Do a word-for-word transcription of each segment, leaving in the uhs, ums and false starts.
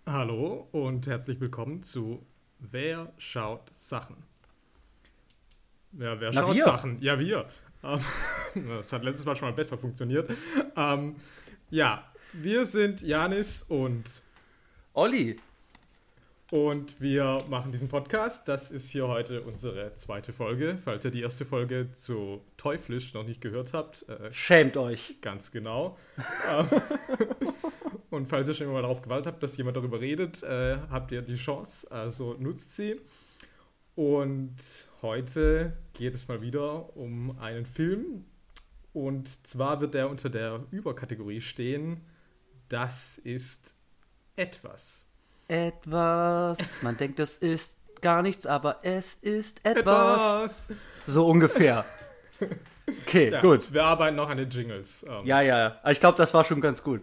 Hallo und herzlich willkommen zu Wer schaut Sachen? Ja, wer Na schaut wir. Sachen? Ja, wir. Ähm, das hat letztes Mal schon mal besser funktioniert. Ähm, ja, wir sind Janis und, Olli. und wir machen diesen Podcast. Das ist hier heute unsere zweite Folge. Falls ihr die erste Folge zu Teuflisch noch nicht gehört habt, äh, Schämt euch. ganz genau. Ähm, und falls ihr schon immer darauf gewartet habt, dass jemand darüber redet, äh, habt ihr die Chance, also nutzt sie. Und heute geht es mal wieder um einen Film. Und zwar wird er unter der Überkategorie stehen, das ist etwas. Etwas. Man denkt, es ist gar nichts, aber es ist etwas. Etwas! So ungefähr. Okay, Ja, gut. wir arbeiten noch an den Jingles. Ähm, Ja, ja, ja. Ich glaube, das war schon ganz gut.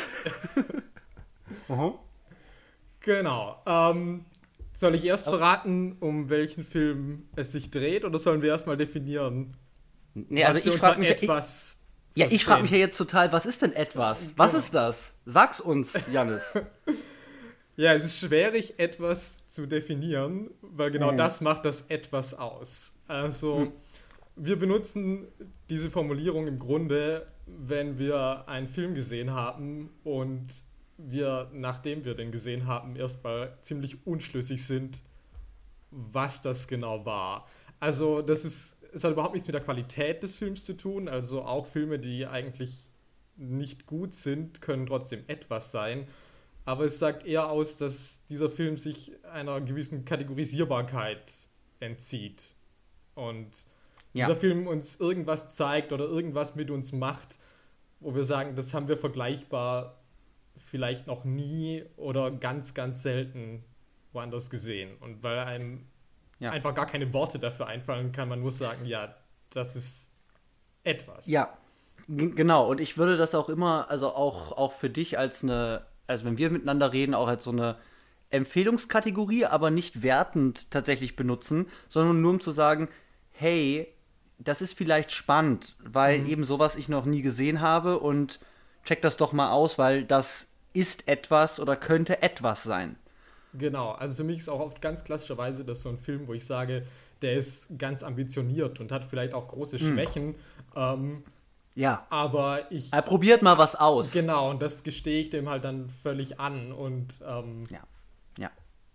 Mhm. Genau. Ähm, soll ich erst verraten, um welchen Film es sich dreht, oder sollen wir erstmal definieren, Nee, also was wir ich frage unter mich, ich, etwas ja, ich frage mich ja verstehen? jetzt total, was ist denn etwas? Was Genau. ist das? Sag's uns, Jannis. Ja, es ist schwierig, etwas zu definieren, weil genau Mhm. das macht das etwas aus. Also, wir benutzen diese Formulierung im Grunde, wenn wir einen Film gesehen haben und wir, nachdem wir den gesehen haben, erstmal ziemlich unschlüssig sind, was das genau war. Also, das ist, es hat überhaupt nichts mit der Qualität des Films zu tun. Also, auch Filme, die eigentlich nicht gut sind, können trotzdem etwas sein. Aber es sagt eher aus, dass dieser Film sich einer gewissen Kategorisierbarkeit entzieht. Und Ja. dieser Film uns irgendwas zeigt oder irgendwas mit uns macht, wo wir sagen, das haben wir vergleichbar vielleicht noch nie oder ganz, ganz selten woanders gesehen. Und weil einem Ja. einfach gar keine Worte dafür einfallen, kann man nur sagen, ja, das ist etwas. Ja, g- genau. Und ich würde das auch immer, also auch, auch für dich als eine, also wenn wir miteinander reden, auch als so eine Empfehlungskategorie, aber nicht wertend tatsächlich benutzen, sondern nur um zu sagen, hey, das ist vielleicht spannend, weil Mhm. eben sowas ich noch nie gesehen habe und check das doch mal aus, weil das ist etwas oder könnte etwas sein. Genau, also für mich ist auch oft ganz klassischerweise das so ein Film, wo ich sage, der ist ganz ambitioniert und hat vielleicht auch große Schwächen, ähm, Ja. aber ich, Er probiert mal was aus. genau, und das gestehe ich dem halt dann völlig an und ähm, Ja. Ja.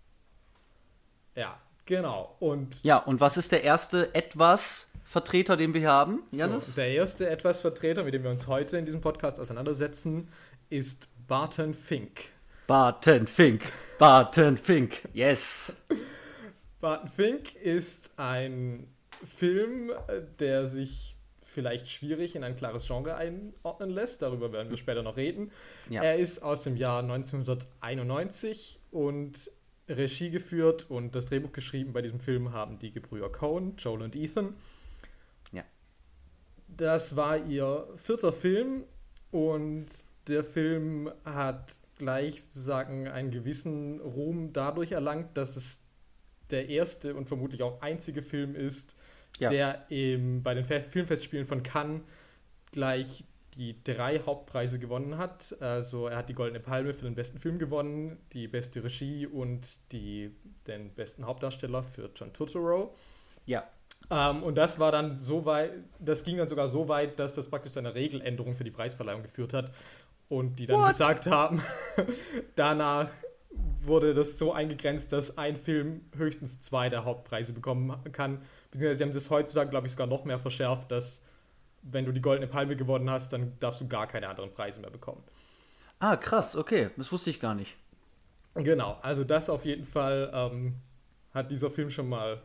ja, genau. Und Ja, und was ist der erste etwas Vertreter, den wir hier haben, so, Jannis? der erste Etwas-Vertreter, mit dem wir uns heute in diesem Podcast auseinandersetzen, ist Barton Fink. Barton Fink. Barton Fink. Yes. Barton Fink ist ein Film, äh, der sich vielleicht schwierig in ein klares Genre einordnen lässt. Darüber werden wir später noch reden. Ja. Er ist aus dem Jahr neunzehnhunderteinundneunzig und Regie geführt und das Drehbuch geschrieben bei diesem Film haben die Gebrüder Coen, Joel und Ethan. Ja. Das war ihr vierter Film und der Film hat gleich sozusagen einen gewissen Ruhm dadurch erlangt, dass es der erste und vermutlich auch einzige Film ist, Ja. der im, bei den Fe- Filmfestspielen von Cannes gleich die drei Hauptpreise gewonnen hat. Also er hat die Goldene Palme für den besten Film gewonnen, die beste Regie und die, den besten Hauptdarsteller für John Turturro. Ja. Ähm, und das war dann so weit, das ging dann sogar so weit, dass das praktisch zu einer Regeländerung für die Preisverleihung geführt hat. Und die dann What? gesagt haben, danach wurde das so eingegrenzt, dass ein Film höchstens zwei der Hauptpreise bekommen kann. Beziehungsweise sie haben das heutzutage, glaube ich, sogar noch mehr verschärft, dass wenn du die Goldene Palme gewonnen hast, dann darfst du gar keine anderen Preise mehr bekommen. Ah, krass, okay. Das wusste ich gar nicht. Genau, also das auf jeden Fall ähm, hat dieser Film schon mal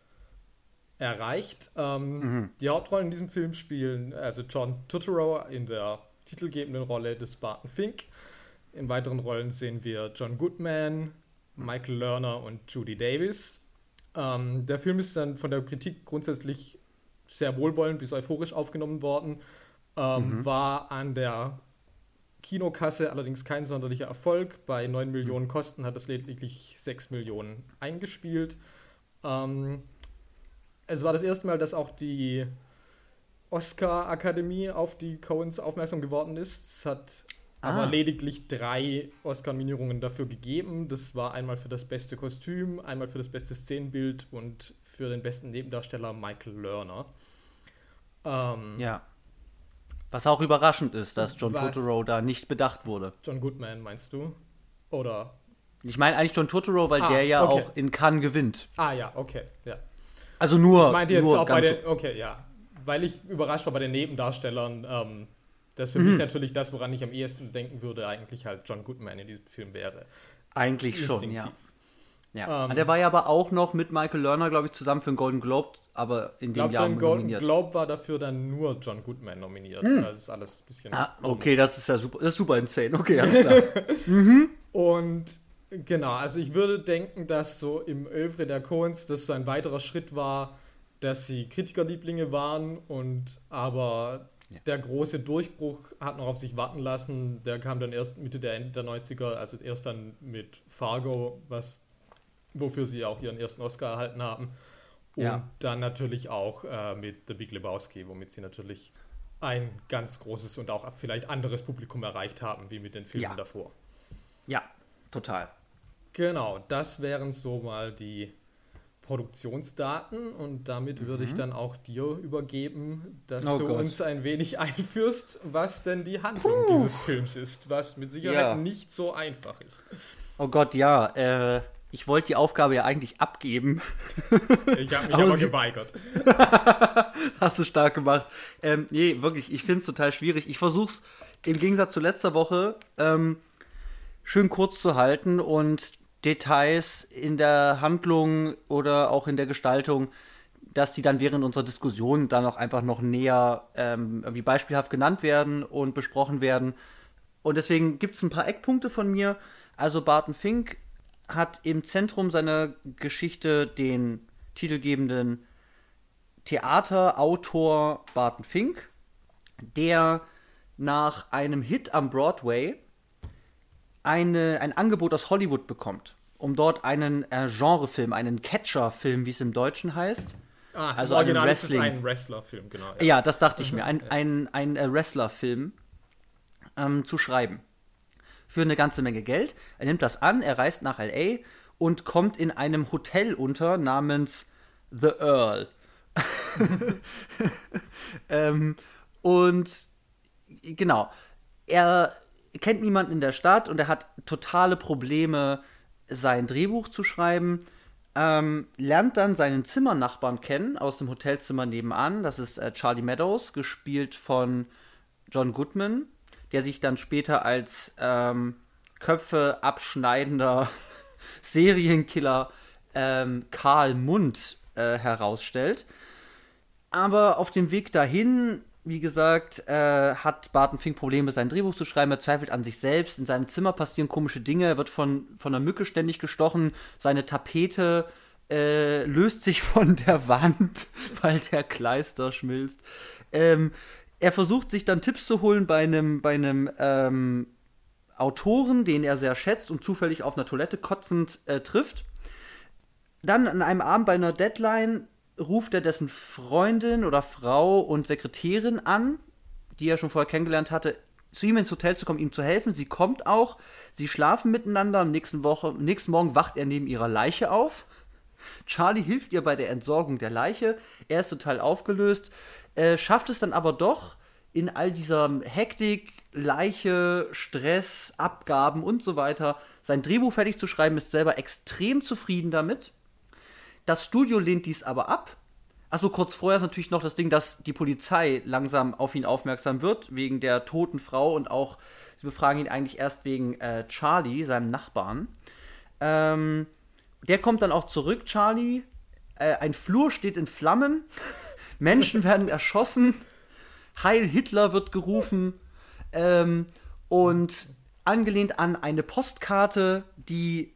erreicht. Ähm, Mhm. Die Hauptrollen in diesem Film spielen also John Turturro in der titelgebenden Rolle des Barton Fink. In weiteren Rollen sehen wir John Goodman, Michael Lerner und Judy Davis. Ähm, der Film ist dann von der Kritik grundsätzlich sehr wohlwollend bis euphorisch aufgenommen worden. Ähm, Mhm. War an der Kinokasse allerdings kein sonderlicher Erfolg. Bei neun Millionen Kosten hat es lediglich sechs Millionen eingespielt. Ähm, es war das erste Mal, dass auch die Oscar-Akademie auf die Coens aufmerksam geworden ist. Es hat aber Ah. lediglich drei Oscar-Nominierungen dafür gegeben. Das war einmal für das beste Kostüm, einmal für das beste Szenenbild und für den besten Nebendarsteller Michael Lerner. Ähm, Ja. Was auch überraschend ist, dass John Was? Turturro da nicht bedacht wurde. John Goodman, meinst du? Oder? Ich meine eigentlich John Turturro, weil Ah, der ja okay. auch in Cannes gewinnt. Ah ja, okay, ja. Also nur, Ich meinte jetzt nur auch bei ganz den, okay, ja. Weil ich überrascht war bei den Nebendarstellern, ähm, das Mhm. für mich natürlich das, woran ich am ehesten denken würde, eigentlich halt John Goodman in diesem Film wäre. eigentlich schon, ja. Instinktiv. ja. Ähm, der war ja aber auch noch mit Michael Lerner, glaube ich, zusammen für einen Golden Globe, aber in Ich dem glaube, für Jahr den Golden nominiert. Globe war dafür dann nur John Goodman nominiert. Das ist alles ein bisschen Ah, komisch. okay, das ist ja super, das ist super insane. Okay, alles klar. Und genau, also ich würde denken, dass so im Övre der Coens das so ein weiterer Schritt war, dass sie Kritikerlieblinge waren und aber Ja. der große Durchbruch hat noch auf sich warten lassen. Der kam dann erst Mitte der Ende der neunziger, also erst dann mit Fargo, was wofür sie auch ihren ersten Oscar erhalten haben. Und Ja. dann natürlich auch äh, mit The Big Lebowski, womit sie natürlich ein ganz großes und auch vielleicht anderes Publikum erreicht haben, wie mit den Filmen Ja. davor. Ja, total. Genau, das wären so mal die Produktionsdaten und damit würde ich dann auch dir übergeben, dass Oh du Gott. uns ein wenig einführst, was denn die Handlung dieses Films ist, was mit Sicherheit Ja. nicht so einfach ist. Oh Gott, ja, äh, ich wollte die Aufgabe ja eigentlich abgeben. Ich habe mich Aber aber sie- geweigert. Hast du stark gemacht. Ähm, nee, wirklich, ich finde es total schwierig. Ich versuche es im Gegensatz zu letzter Woche ähm, schön kurz zu halten und Details in der Handlung oder auch in der Gestaltung, dass die dann während unserer Diskussion dann auch einfach noch näher ähm, irgendwie beispielhaft genannt werden und besprochen werden. Und deswegen gibt es ein paar Eckpunkte von mir. Also Barton Fink hat im Zentrum seiner Geschichte den titelgebenden Theaterautor Barton Fink, der nach einem Hit am Broadway eine, ein Angebot aus Hollywood bekommt, um dort einen äh, Genrefilm, einen Catcher-Film, wie es im Deutschen heißt. Ah, Also im einen Original ist es Wrestling. ein Wrestler-Film, genau. Ja, das dachte ich mir. Ein, ein, ein äh, Wrestler-Film ähm, zu schreiben. Für eine ganze Menge Geld. Er nimmt das an, er reist nach L A und kommt in einem Hotel unter namens The Earl. ähm, und genau, er kennt niemanden in der Stadt und er hat totale Probleme, sein Drehbuch zu schreiben. Ähm, lernt dann seinen Zimmernachbarn kennen aus dem Hotelzimmer nebenan. Das ist äh, Charlie Meadows, gespielt von John Goodman, der sich dann später als ähm, Köpfe abschneidender Serienkiller ähm, Karl Mund äh, herausstellt. Aber auf dem Weg dahin, wie gesagt, äh, hat Barton Fink Probleme, sein Drehbuch zu schreiben. Er zweifelt an sich selbst. In seinem Zimmer passieren komische Dinge. Er wird von, von einer Mücke ständig gestochen. Seine Tapete äh, löst sich von der Wand, weil der Kleister schmilzt. Ähm, er versucht sich dann Tipps zu holen bei einem, bei einem ähm, Autoren, den er sehr schätzt und zufällig auf einer Toilette kotzend äh, trifft. Dann an einem Abend bei einer Deadline ruft er dessen Freundin oder Frau und Sekretärin an, die er schon vorher kennengelernt hatte, zu ihm ins Hotel zu kommen, ihm zu helfen. Sie kommt auch, sie schlafen miteinander. Am nächsten, Woche, nächsten Morgen wacht er neben ihrer Leiche auf. Charlie hilft ihr bei der Entsorgung der Leiche. Er ist total aufgelöst, äh, schafft es dann aber doch, in all dieser Hektik, Leiche, Stress, Abgaben und so weiter, sein Drehbuch fertig zu schreiben, ist selber extrem zufrieden damit. Das Studio lehnt dies aber ab. Achso, kurz vorher ist natürlich noch das Ding, dass die Polizei langsam auf ihn aufmerksam wird, wegen der toten Frau und auch, sie befragen ihn eigentlich erst wegen äh, Charlie, seinem Nachbarn. Ähm, der kommt dann auch zurück, Charlie. Äh, ein Flur steht in Flammen. Menschen werden erschossen. Heil Hitler wird gerufen. Ähm, und angelehnt an eine Postkarte, die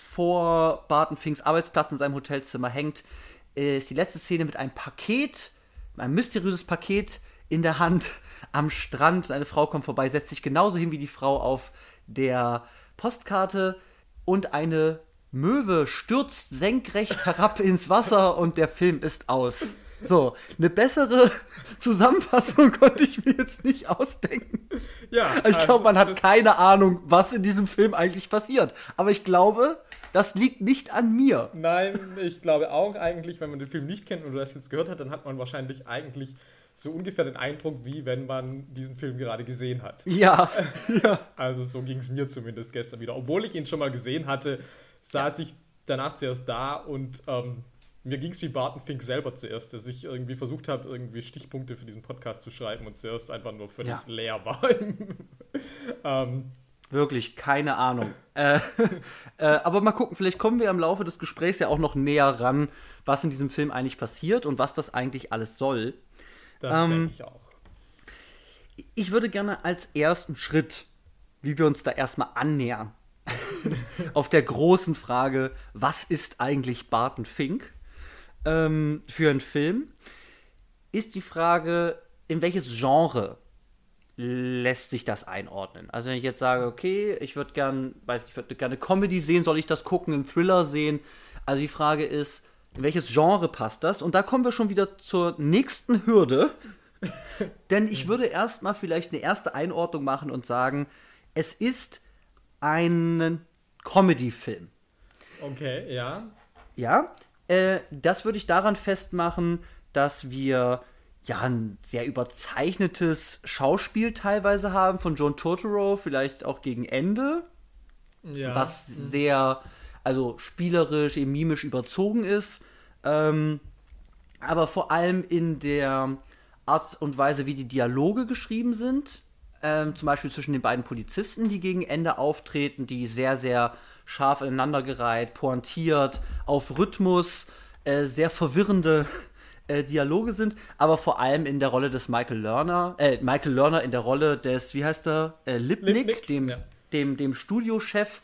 vor Barton Finks Arbeitsplatz in seinem Hotelzimmer hängt, ist die letzte Szene mit einem Paket, ein mysteriöses Paket in der Hand am Strand. Eine Frau kommt vorbei, setzt sich genauso hin wie die Frau auf der Postkarte und eine Möwe stürzt senkrecht herab ins Wasser und der Film ist aus. So, eine bessere Zusammenfassung konnte ich mir jetzt nicht ausdenken. Ja. Also ich glaube, man hat keine Ahnung, was in diesem Film eigentlich passiert. Aber ich glaube, das liegt nicht an mir. Nein, ich glaube auch eigentlich, wenn man den Film nicht kennt und das jetzt gehört hat, dann hat man wahrscheinlich eigentlich so ungefähr den Eindruck, wie wenn man diesen Film gerade gesehen hat. Ja. ja. Also so ging es mir zumindest gestern wieder. Obwohl ich ihn schon mal gesehen hatte, saß ja. ich danach zuerst da und ähm, mir ging es wie Barton Fink selber zuerst, dass ich irgendwie versucht habe, irgendwie Stichpunkte für diesen Podcast zu schreiben und zuerst einfach nur völlig ja. leer war. ähm, Wirklich, keine Ahnung. äh, äh, aber mal gucken, vielleicht kommen wir im Laufe des Gesprächs ja auch noch näher ran, was in diesem Film eigentlich passiert und was das eigentlich alles soll. Das ähm, denke ich auch. Ich würde gerne als ersten Schritt, wie wir uns da erstmal annähern, auf der großen Frage, was ist eigentlich Barton Fink ähm, für einen Film, ist die Frage, in welches Genre lässt sich das einordnen? Also wenn ich jetzt sage, okay, ich würde gern, weiß ich würde gerne Comedy sehen, soll ich das gucken, einen Thriller sehen? Also die Frage ist, in welches Genre passt das? Und da kommen wir schon wieder zur nächsten Hürde. Denn ich würde erstmal vielleicht eine erste Einordnung machen und sagen, es ist ein Comedy-Film. Okay, ja. Ja, äh, das würde ich daran festmachen, dass wir ja ein sehr überzeichnetes Schauspiel teilweise haben von John Turturro, vielleicht auch gegen Ende. Ja. Was sehr, also spielerisch, eben mimisch überzogen ist. Ähm, aber vor allem in der Art und Weise, wie die Dialoge geschrieben sind. Ähm, zum Beispiel zwischen den beiden Polizisten, die gegen Ende auftreten, die sehr, sehr scharf aneinandergereiht, pointiert, auf Rhythmus, äh, sehr verwirrende äh, Dialoge sind, aber vor allem in der Rolle des Michael Lerner, äh, Michael Lerner in der Rolle des, wie heißt er, äh, Lipnick, Lipnick, dem, ja. dem, dem Studiochef,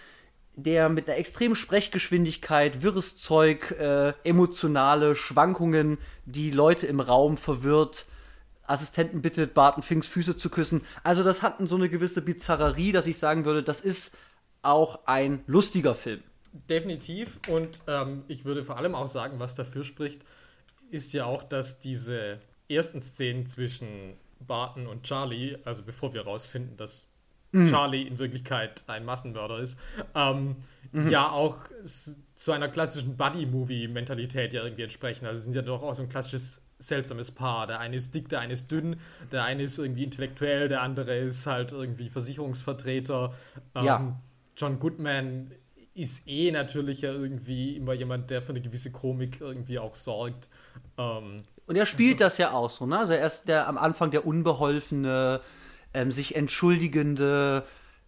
der mit einer extremen Sprechgeschwindigkeit, wirres Zeug, äh, emotionale Schwankungen, die Leute im Raum verwirrt, Assistenten bittet, Barton Finks Füße zu küssen. Also das hat so eine gewisse Bizarrerie, dass ich sagen würde, das ist auch ein lustiger Film. Definitiv. Und ähm, ich würde vor allem auch sagen, was dafür spricht, ist ja auch, dass diese ersten Szenen zwischen Barton und Charlie, also bevor wir rausfinden, dass mhm. Charlie in Wirklichkeit ein Massenmörder ist, ähm, mhm. ja auch zu einer klassischen Buddy-Movie-Mentalität ja irgendwie entsprechen. Also sind ja doch auch so ein klassisches seltsames Paar. Der eine ist dick, der eine ist dünn, der eine ist irgendwie intellektuell, der andere ist halt irgendwie Versicherungsvertreter. Ähm, ja. John Goodman ist eh natürlich ja irgendwie immer jemand, der für eine gewisse Komik irgendwie auch sorgt. Ähm, Und er spielt also, das ja auch so, ne? Also er ist der am Anfang der unbeholfene, ähm, sich entschuldigende,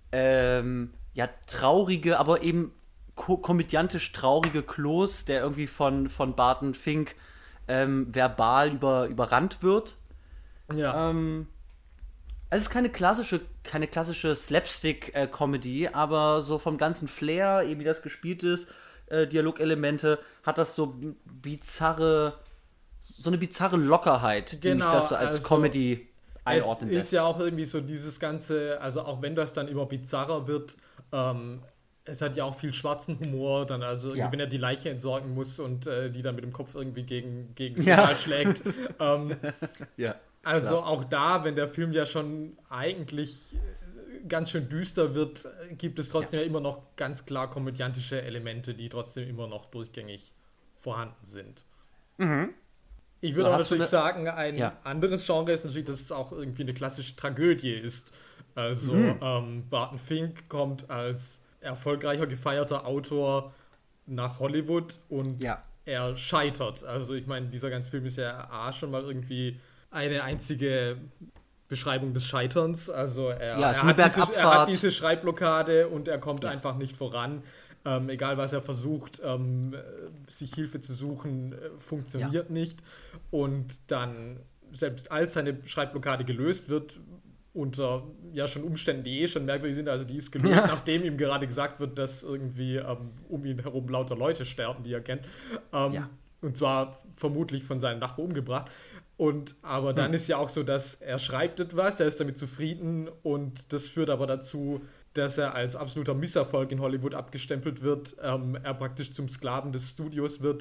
ähm, ja, traurige, aber eben ko- komödiantisch traurige Kloß, der irgendwie von, von Barton Fink ähm, verbal über, überrannt wird. Ja. Ähm, also es ist keine klassische, keine klassische Slapstick-Comedy, aber so vom ganzen Flair, eben wie das gespielt ist, äh, Dialogelemente, hat das so bizarre, so eine bizarre Lockerheit, die genau, mich das so als also Comedy einordnen lässt. Es lässt. ist ja auch irgendwie so dieses ganze, also auch wenn das dann immer bizarrer wird, ähm, es hat ja auch viel schwarzen Humor, dann also ja. wenn er die Leiche entsorgen muss und äh, die dann mit dem Kopf irgendwie gegen, gegen das ja. Regal schlägt. ähm, ja. Also Klar. auch da, wenn der Film ja schon eigentlich ganz schön düster wird, gibt es trotzdem ja, ja immer noch ganz klar komödiantische Elemente, die trotzdem immer noch durchgängig vorhanden sind. Mhm. Ich würde so, auch natürlich ne... sagen, ein ja. anderes Genre ist natürlich, dass es auch irgendwie eine klassische Tragödie ist. Also mhm. ähm, Barton Fink kommt als erfolgreicher, gefeierter Autor nach Hollywood und ja. er scheitert. Also ich meine, dieser ganze Film ist ja A, schon mal irgendwie eine einzige Beschreibung des Scheiterns. Also er, ja, er, hat, diese, er hat diese Schreibblockade und er kommt ja. einfach nicht voran. Ähm, egal, was er versucht, ähm, sich Hilfe zu suchen, äh, funktioniert ja. nicht. Und dann, selbst als seine Schreibblockade gelöst wird, unter ja schon Umständen, die eh schon merkwürdig sind, also die ist gelöst, ja. nachdem ihm gerade gesagt wird, dass irgendwie ähm, um ihn herum lauter Leute sterben, die er kennt. Ähm, ja. Und zwar vermutlich von seinem Nachbar umgebracht. Und aber dann hm. ist ja auch so, dass er schreibt etwas, er ist damit zufrieden und das führt aber dazu, dass er als absoluter Misserfolg in Hollywood abgestempelt wird, ähm, er praktisch zum Sklaven des Studios wird,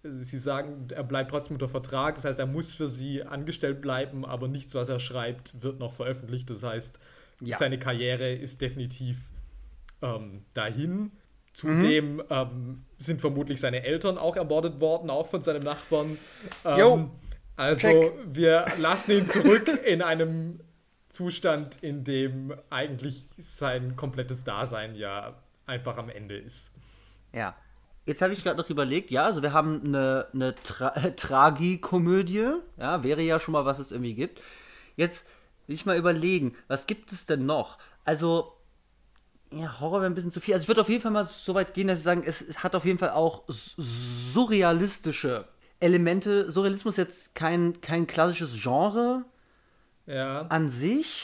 sie sagen, er bleibt trotzdem unter Vertrag, das heißt, er muss für sie angestellt bleiben, aber nichts, was er schreibt, wird noch veröffentlicht. Das heißt, ja. seine Karriere ist definitiv ähm, dahin. Zudem mhm. ähm, sind vermutlich seine Eltern auch ermordet worden, auch von seinem Nachbarn. Ähm, also Check. Wir lassen ihn zurück in einem Zustand, in dem eigentlich sein komplettes Dasein ja einfach am Ende ist. Ja. Jetzt habe ich gerade noch überlegt, ja, also wir haben eine, eine Tra- Tragikomödie, ja, wäre ja schon mal, was es irgendwie gibt. Jetzt will ich mal überlegen, was gibt es denn noch? Also, ja, Horror wäre ein bisschen zu viel. Also ich würde auf jeden Fall mal so weit gehen, dass ich sagen, es, es hat auf jeden Fall auch surrealistische Elemente. Surrealismus ist jetzt kein, kein klassisches Genre ja. an sich,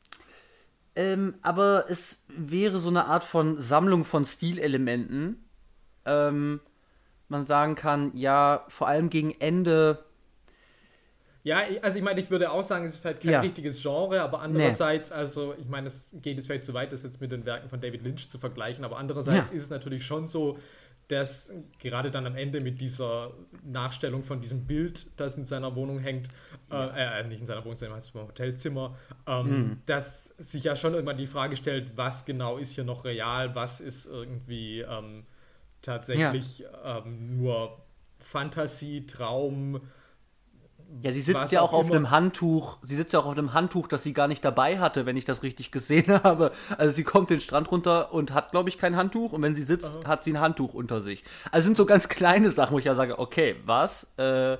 ähm, aber es wäre so eine Art von Sammlung von Stilelementen. Ähm, man sagen kann, ja, vor allem gegen Ende. Ja, also ich meine, ich würde auch sagen, es ist vielleicht kein ja. richtiges Genre, aber andererseits, nee. also ich meine, es geht jetzt vielleicht zu weit, das jetzt mit den Werken von David Lynch zu vergleichen, aber andererseits ja. ist es natürlich schon so, dass gerade dann am Ende mit dieser Nachstellung von diesem Bild, das in seiner Wohnung hängt, ja. äh, nicht in seiner Wohnung, sondern im Hotelzimmer, ähm, mhm. dass sich ja schon irgendwann die Frage stellt, was genau ist hier noch real, was ist irgendwie ähm, tatsächlich ja. ähm, nur Fantasie, Traum. Ja, sie sitzt ja auch, auch auf einem Handtuch, sie sitzt ja auch auf einem Handtuch, das sie gar nicht dabei hatte, wenn ich das richtig gesehen habe. Also sie kommt den Strand runter und hat, glaube ich, kein Handtuch und wenn sie sitzt, Aha. hat sie ein Handtuch unter sich. Also sind so ganz kleine Sachen, wo ich ja sage, okay, was? Äh,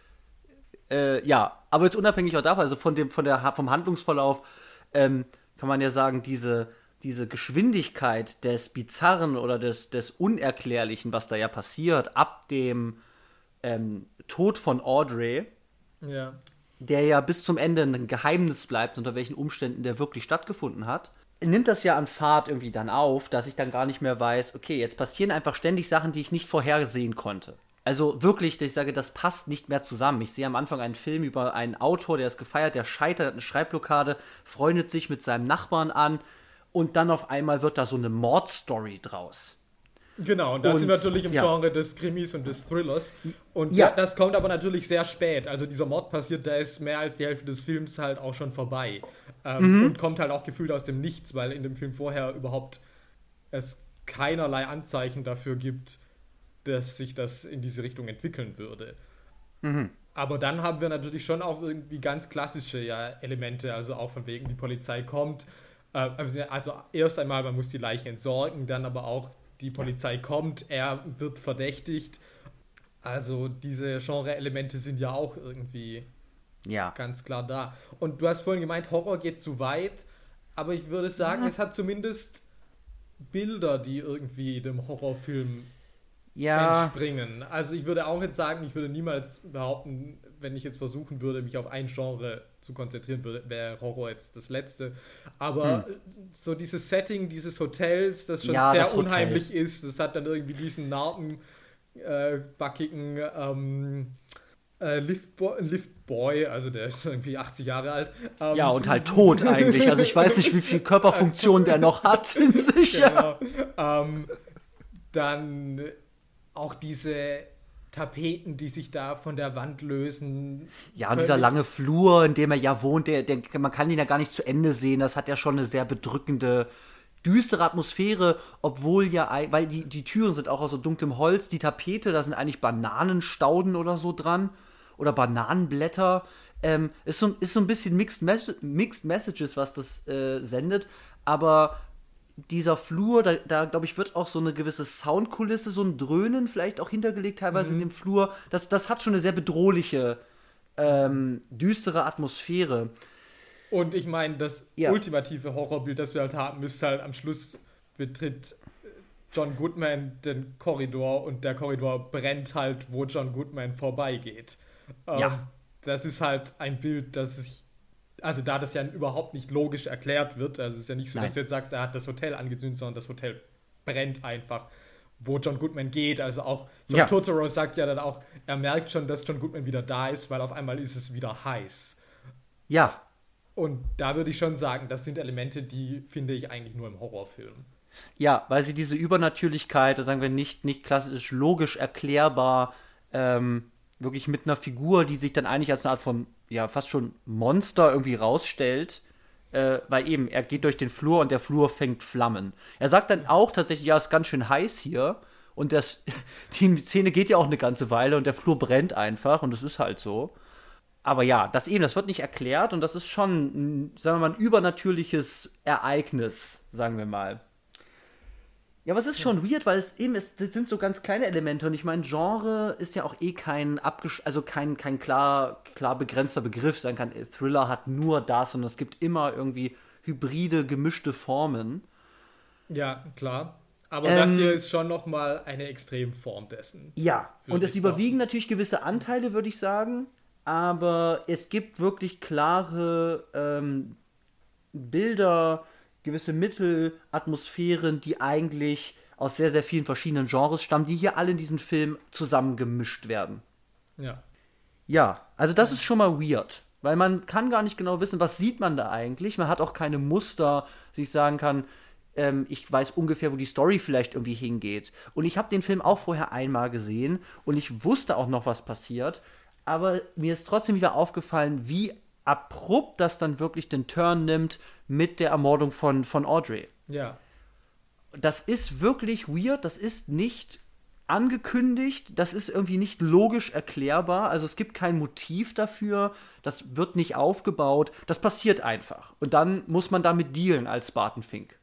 äh, ja, aber jetzt unabhängig auch davon, also von dem, von der, vom Handlungsverlauf, ähm, kann man ja sagen, diese, diese Geschwindigkeit des Bizarren oder des, des Unerklärlichen, was da ja passiert, ab dem ähm, Tod von Audrey, ja. der ja bis zum Ende ein Geheimnis bleibt, unter welchen Umständen der wirklich stattgefunden hat, nimmt das ja an Fahrt irgendwie dann auf, dass ich dann gar nicht mehr weiß, okay, jetzt passieren einfach ständig Sachen, die ich nicht vorhersehen konnte. Also wirklich, dass ich sage, das passt nicht mehr zusammen. Ich sehe am Anfang einen Film über einen Autor, der ist gefeiert, der scheitert, hat eine Schreibblockade, freundet sich mit seinem Nachbarn an und dann auf einmal wird da so eine Mordstory draus. Genau, und das und, sind wir natürlich im ja. Genre des Krimis und des Thrillers. Und ja. das kommt aber natürlich sehr spät. Also dieser Mord passiert, da ist mehr als die Hälfte des Films halt auch schon vorbei. Ähm, mhm. Und kommt halt auch gefühlt aus dem Nichts, weil in dem Film vorher überhaupt es keinerlei Anzeichen dafür gibt, dass sich das in diese Richtung entwickeln würde. Mhm. Aber dann haben wir natürlich schon auch irgendwie ganz klassische ja, Elemente, also auch von wegen, die Polizei kommt. Äh, also erst einmal, man muss die Leiche entsorgen, dann aber auch die Polizei ja. kommt, er wird verdächtigt. Also diese Genre-Elemente sind ja auch irgendwie ja. ganz klar da. Und du hast vorhin gemeint, Horror geht zu weit, aber ich würde sagen, ja. es hat zumindest Bilder, die irgendwie dem Horrorfilm ja. entspringen. Also ich würde auch jetzt sagen, ich würde niemals behaupten, wenn ich jetzt versuchen würde, mich auf ein Genre zu konzentrieren würde, wäre Horror jetzt das Letzte. Aber hm. so dieses Setting dieses Hotels, das schon ja, sehr das unheimlich Hotel. ist, das hat dann irgendwie diesen nartenbackigen äh, ähm, äh, Liftboy, Liftboy, also der ist irgendwie achtzig Jahre alt. Ähm, ja, und halt tot eigentlich. Also ich weiß nicht, wie viel Körperfunktion der noch hat in sich. Genau. ähm, dann auch diese Tapeten, die sich da von der Wand lösen. Ja, und dieser lange Flur, in dem er ja wohnt, der, der, man kann ihn ja gar nicht zu Ende sehen. Das hat ja schon eine sehr bedrückende, düstere Atmosphäre, obwohl ja, weil die, die Türen sind auch aus so dunklem Holz, die Tapete, da sind eigentlich Bananenstauden oder so dran oder Bananenblätter. Ähm, ist, so, ist so ein bisschen Mixed, Mes- Mixed Messages, was das äh, sendet, aber dieser Flur, da, da glaube ich, wird auch so eine gewisse Soundkulisse, so ein Dröhnen vielleicht auch hintergelegt, teilweise mhm. in dem Flur. Das, das hat schon eine sehr bedrohliche, ähm, düstere Atmosphäre. Und ich meine, das ja. ultimative Horrorbild, das wir halt haben, ist halt am Schluss betritt John Goodman den Korridor und der Korridor brennt halt, wo John Goodman vorbeigeht. Ähm, ja. Das ist halt ein Bild, das ich Also da das ja überhaupt nicht logisch erklärt wird, also es ist ja nicht so, Nein. dass du jetzt sagst, er hat das Hotel angezündet, sondern das Hotel brennt einfach, wo John Goodman geht. Also auch John ja. Turturro sagt ja dann auch, er merkt schon, dass John Goodman wieder da ist, weil auf einmal ist es wieder heiß. Ja. Und da würde ich schon sagen, das sind Elemente, die finde ich eigentlich nur im Horrorfilm. Ja, weil sie diese Übernatürlichkeit, sagen wir nicht, nicht klassisch logisch erklärbar ähm, wirklich mit einer Figur, die sich dann eigentlich als eine Art von, ja, fast schon Monster irgendwie rausstellt, äh, weil eben, er geht durch den Flur und der Flur fängt Flammen. Er sagt dann auch tatsächlich, ja, es ist ganz schön heiß hier und das, die Szene geht ja auch eine ganze Weile und der Flur brennt einfach und es ist halt so. Aber ja, das eben, das wird nicht erklärt und das ist schon, ein, sagen wir mal, ein übernatürliches Ereignis, sagen wir mal. Ja, aber es ist schon weird, weil es eben, es, das sind so ganz kleine Elemente und ich meine, Genre ist ja auch eh kein abgesch also kein, kein klar, klar begrenzter Begriff sein kann. Thriller hat nur das und es gibt immer irgendwie hybride, gemischte Formen. Ja, klar. Aber Ähm, das hier ist schon nochmal eine Extremform dessen. Ja, und würde es ich überwiegen natürlich gewisse Anteile, würde ich sagen, aber es gibt wirklich klare ähm, Bilder, gewisse Mittel, Atmosphären, die eigentlich aus sehr, sehr vielen verschiedenen Genres stammen, die hier alle in diesen Film zusammengemischt werden. Ja. Ja, also das ist schon mal weird, weil man kann gar nicht genau wissen, was sieht man da eigentlich. Man hat auch keine Muster, dass ich sagen kann, ähm, ich weiß ungefähr, wo die Story vielleicht irgendwie hingeht. Und ich habe den Film auch vorher einmal gesehen und ich wusste auch noch, was passiert, aber mir ist trotzdem wieder aufgefallen, wie abrupt das dann wirklich den Turn nimmt mit der Ermordung von, von Audrey. Ja. Das ist wirklich weird, das ist nicht angekündigt, das ist irgendwie nicht logisch erklärbar, also es gibt kein Motiv dafür, das wird nicht aufgebaut, das passiert einfach. Und dann muss man damit dealen als Barton Fink.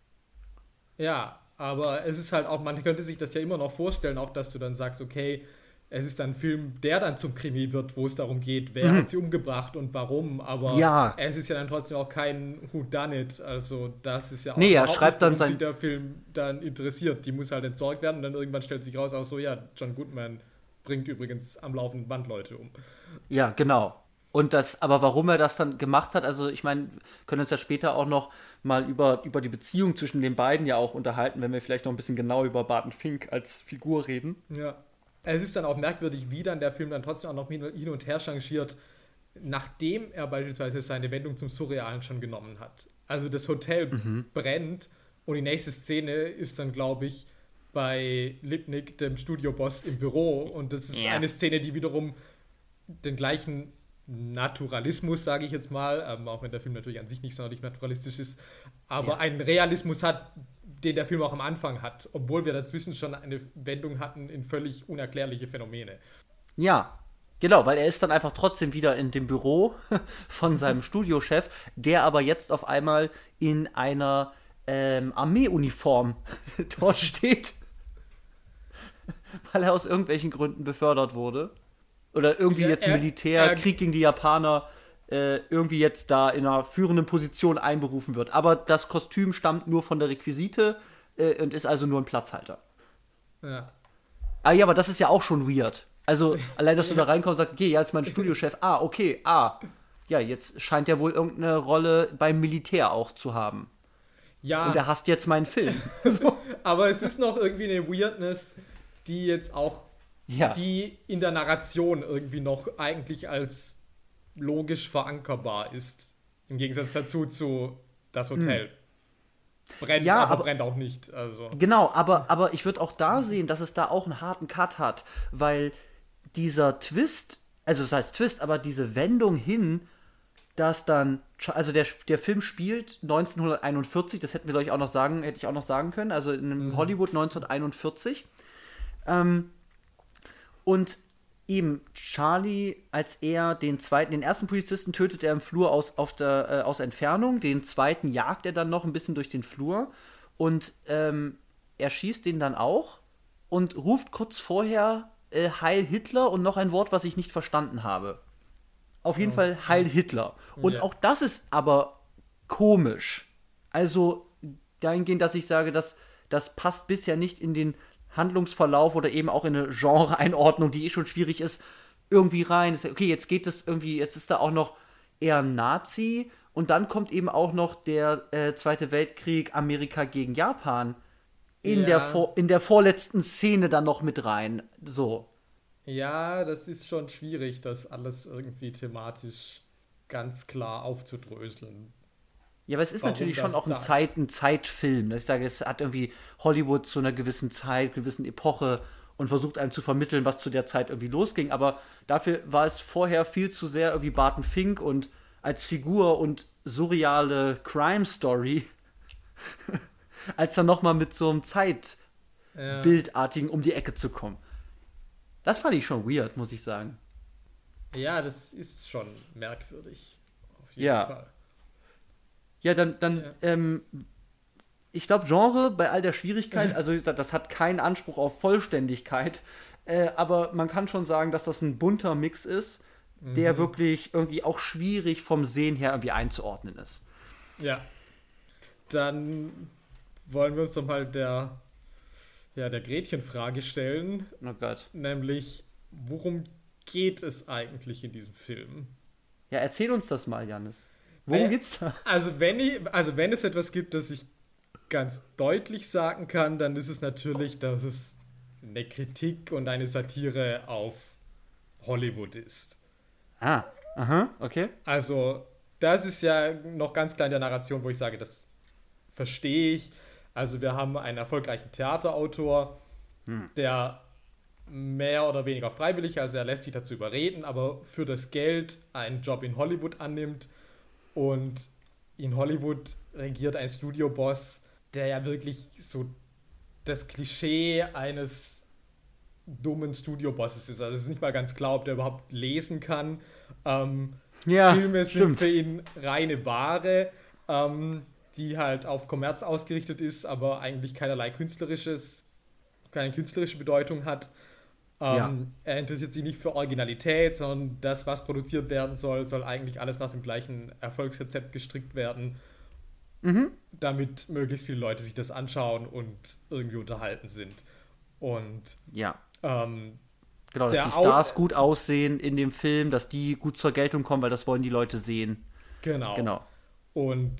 Ja, aber es ist halt auch, man könnte sich das ja immer noch vorstellen, auch dass du dann sagst, okay, es ist ein Film, der dann zum Krimi wird, wo es darum geht, wer mhm. hat sie umgebracht und warum, aber ja. es ist ja dann trotzdem auch kein Whodunit, also das ist ja auch nee, er nicht, schreibt dann worum sein sich der Film dann interessiert. Die muss halt entsorgt werden und dann irgendwann stellt sich raus, auch so, ja, John Goodman bringt übrigens am laufenden Band Leute um. Ja, genau. Und das, aber warum er das dann gemacht hat, also ich meine, können uns ja später auch noch mal über, über die Beziehung zwischen den beiden ja auch unterhalten, wenn wir vielleicht noch ein bisschen genau über Barton Fink als Figur reden. Ja. Es ist dann auch merkwürdig, wie dann der Film dann trotzdem auch noch hin und her changiert, nachdem er beispielsweise seine Wendung zum Surrealen schon genommen hat. Also das Hotel mhm. brennt und die nächste Szene ist dann, glaube ich, bei Lipnick, dem Studioboss, im Büro. Und das ist yeah. eine Szene, die wiederum den gleichen Naturalismus, sage ich jetzt mal, ähm, auch wenn der Film natürlich an sich nicht sonderlich naturalistisch ist, aber ja. einen Realismus hat, den der Film auch am Anfang hat, obwohl wir dazwischen schon eine Wendung hatten in völlig unerklärliche Phänomene. Ja, genau, weil er ist dann einfach trotzdem wieder in dem Büro von seinem Studiochef, der aber jetzt auf einmal in einer ähm, Armeeuniform dort steht, weil er aus irgendwelchen Gründen befördert wurde. Oder irgendwie ja, jetzt Militär, er, Krieg gegen die Japaner, äh, irgendwie jetzt da in einer führenden Position einberufen wird. Aber das Kostüm stammt nur von der Requisite äh, und ist also nur ein Platzhalter. Ja. Ah ja, aber das ist ja auch schon weird. Also allein, dass du da reinkommst und sagst, okay, ja, jetzt mein Studiochef. Ah, okay, ah. Ja, jetzt scheint er wohl irgendeine Rolle beim Militär auch zu haben. Ja. Und er hasst jetzt meinen Film. So. Aber es ist noch irgendwie eine Weirdness, die jetzt auch ja. die in der Narration irgendwie noch eigentlich als logisch verankerbar ist. Im Gegensatz dazu zu Das Hotel. Hm. Brennt, ja, aber, aber brennt auch nicht. Also. Genau, aber, aber ich würde auch da sehen, dass es da auch einen harten Cut hat, weil dieser Twist, also das heißt Twist, aber diese Wendung hin, dass dann, also der, der Film spielt neunzehnhunderteinundvierzig, das hätten wir euch auch noch sagen, hätte ich auch noch sagen können, also in mhm. Hollywood neunzehnhunderteinundvierzig. Ähm, Und eben Charlie, als er den zweiten, den ersten Polizisten tötet er im Flur aus, auf der, äh, aus Entfernung, den zweiten jagt er dann noch ein bisschen durch den Flur und ähm, er schießt den dann auch und ruft kurz vorher äh, Heil Hitler und noch ein Wort, was ich nicht verstanden habe. Auf jeden oh. Fall Heil Hitler. Und ja. auch das ist aber komisch. Also dahingehend, dass ich sage, dass das passt bisher nicht in den Handlungsverlauf oder eben auch in eine Genre-Einordnung, die eh schon schwierig ist, irgendwie rein. Okay, jetzt geht es irgendwie, jetzt ist da auch noch eher ein Nazi und dann kommt eben auch noch der äh, Zweite Weltkrieg, Amerika gegen Japan in, ja. der vor, in der vorletzten Szene dann noch mit rein. So. Ja, das ist schon schwierig, das alles irgendwie thematisch ganz klar aufzudröseln. Ja, aber es ist Warum natürlich schon auch ein, Zeit, ein Zeitfilm. Ich sage, es hat irgendwie Hollywood zu einer gewissen Zeit, gewissen Epoche und versucht einem zu vermitteln, was zu der Zeit irgendwie losging. Aber dafür war es vorher viel zu sehr irgendwie Barton Fink und als Figur und surreale Crime-Story, als dann nochmal mit so einem Zeitbildartigen um die Ecke zu kommen. Das fand ich schon weird, muss ich sagen. Ja, das ist schon merkwürdig. Auf jeden ja. Fall. Ja, dann, dann ja. Ähm, ich glaube, Genre, bei all der Schwierigkeit, also das hat keinen Anspruch auf Vollständigkeit, äh, aber man kann schon sagen, dass das ein bunter Mix ist, mhm. der wirklich irgendwie auch schwierig vom Sehen her irgendwie einzuordnen ist. Ja. Dann wollen wir uns doch mal der, ja, der Gretchenfrage stellen. Oh Gott. Nämlich, worum geht es eigentlich in diesem Film? Ja, erzähl uns das mal, Jannis. Worum wenn, geht's da? Also wenn, ich, also wenn es etwas gibt, das ich ganz deutlich sagen kann, dann ist es natürlich, dass es eine Kritik und eine Satire auf Hollywood ist. Ah, aha, okay. Also das ist ja noch ganz klar in der Narration, wo ich sage, das verstehe ich. Also wir haben einen erfolgreichen Theaterautor, hm. der mehr oder weniger freiwillig, also er lässt sich dazu überreden, aber für das Geld einen Job in Hollywood annimmt und in Hollywood regiert ein Studioboss, der ja wirklich so das Klischee eines dummen Studiobosses ist. Also es ist nicht mal ganz klar, ob der überhaupt lesen kann. Ähm, ja, Filme stimmt. sind für ihn reine Ware, ähm, die halt auf Kommerz ausgerichtet ist, aber eigentlich keinerlei künstlerisches, keine künstlerische Bedeutung hat. Ähm, ja. Er interessiert sich nicht für Originalität, sondern das, was produziert werden soll, soll eigentlich alles nach dem gleichen Erfolgsrezept gestrickt werden, mhm. damit möglichst viele Leute sich das anschauen und irgendwie unterhalten sind. Und ja. ähm, genau, dass die Stars Au- gut aussehen in dem Film, dass die gut zur Geltung kommen, weil das wollen die Leute sehen. Genau. genau. Und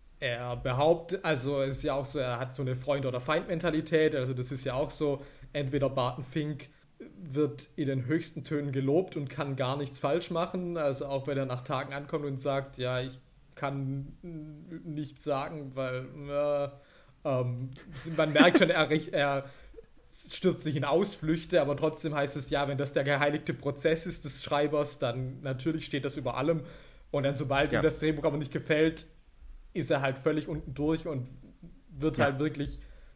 er behauptet, also es ist ja auch so, er hat so eine Freund- oder Feind-Mentalität, also das ist ja auch so, entweder Barton Fink wird in den höchsten Tönen gelobt und kann gar nichts falsch machen, also auch wenn er nach Tagen ankommt und sagt, ja, ich kann nichts sagen, weil äh, ähm, man merkt schon, er, er stürzt sich in Ausflüchte, aber trotzdem heißt es, ja, wenn das der geheiligte Prozess ist des Schreibers, dann natürlich steht das über allem und dann sobald ja. ihm das Drehbuch aber nicht gefällt, ist er halt völlig unten durch und wird ja. halt wirklich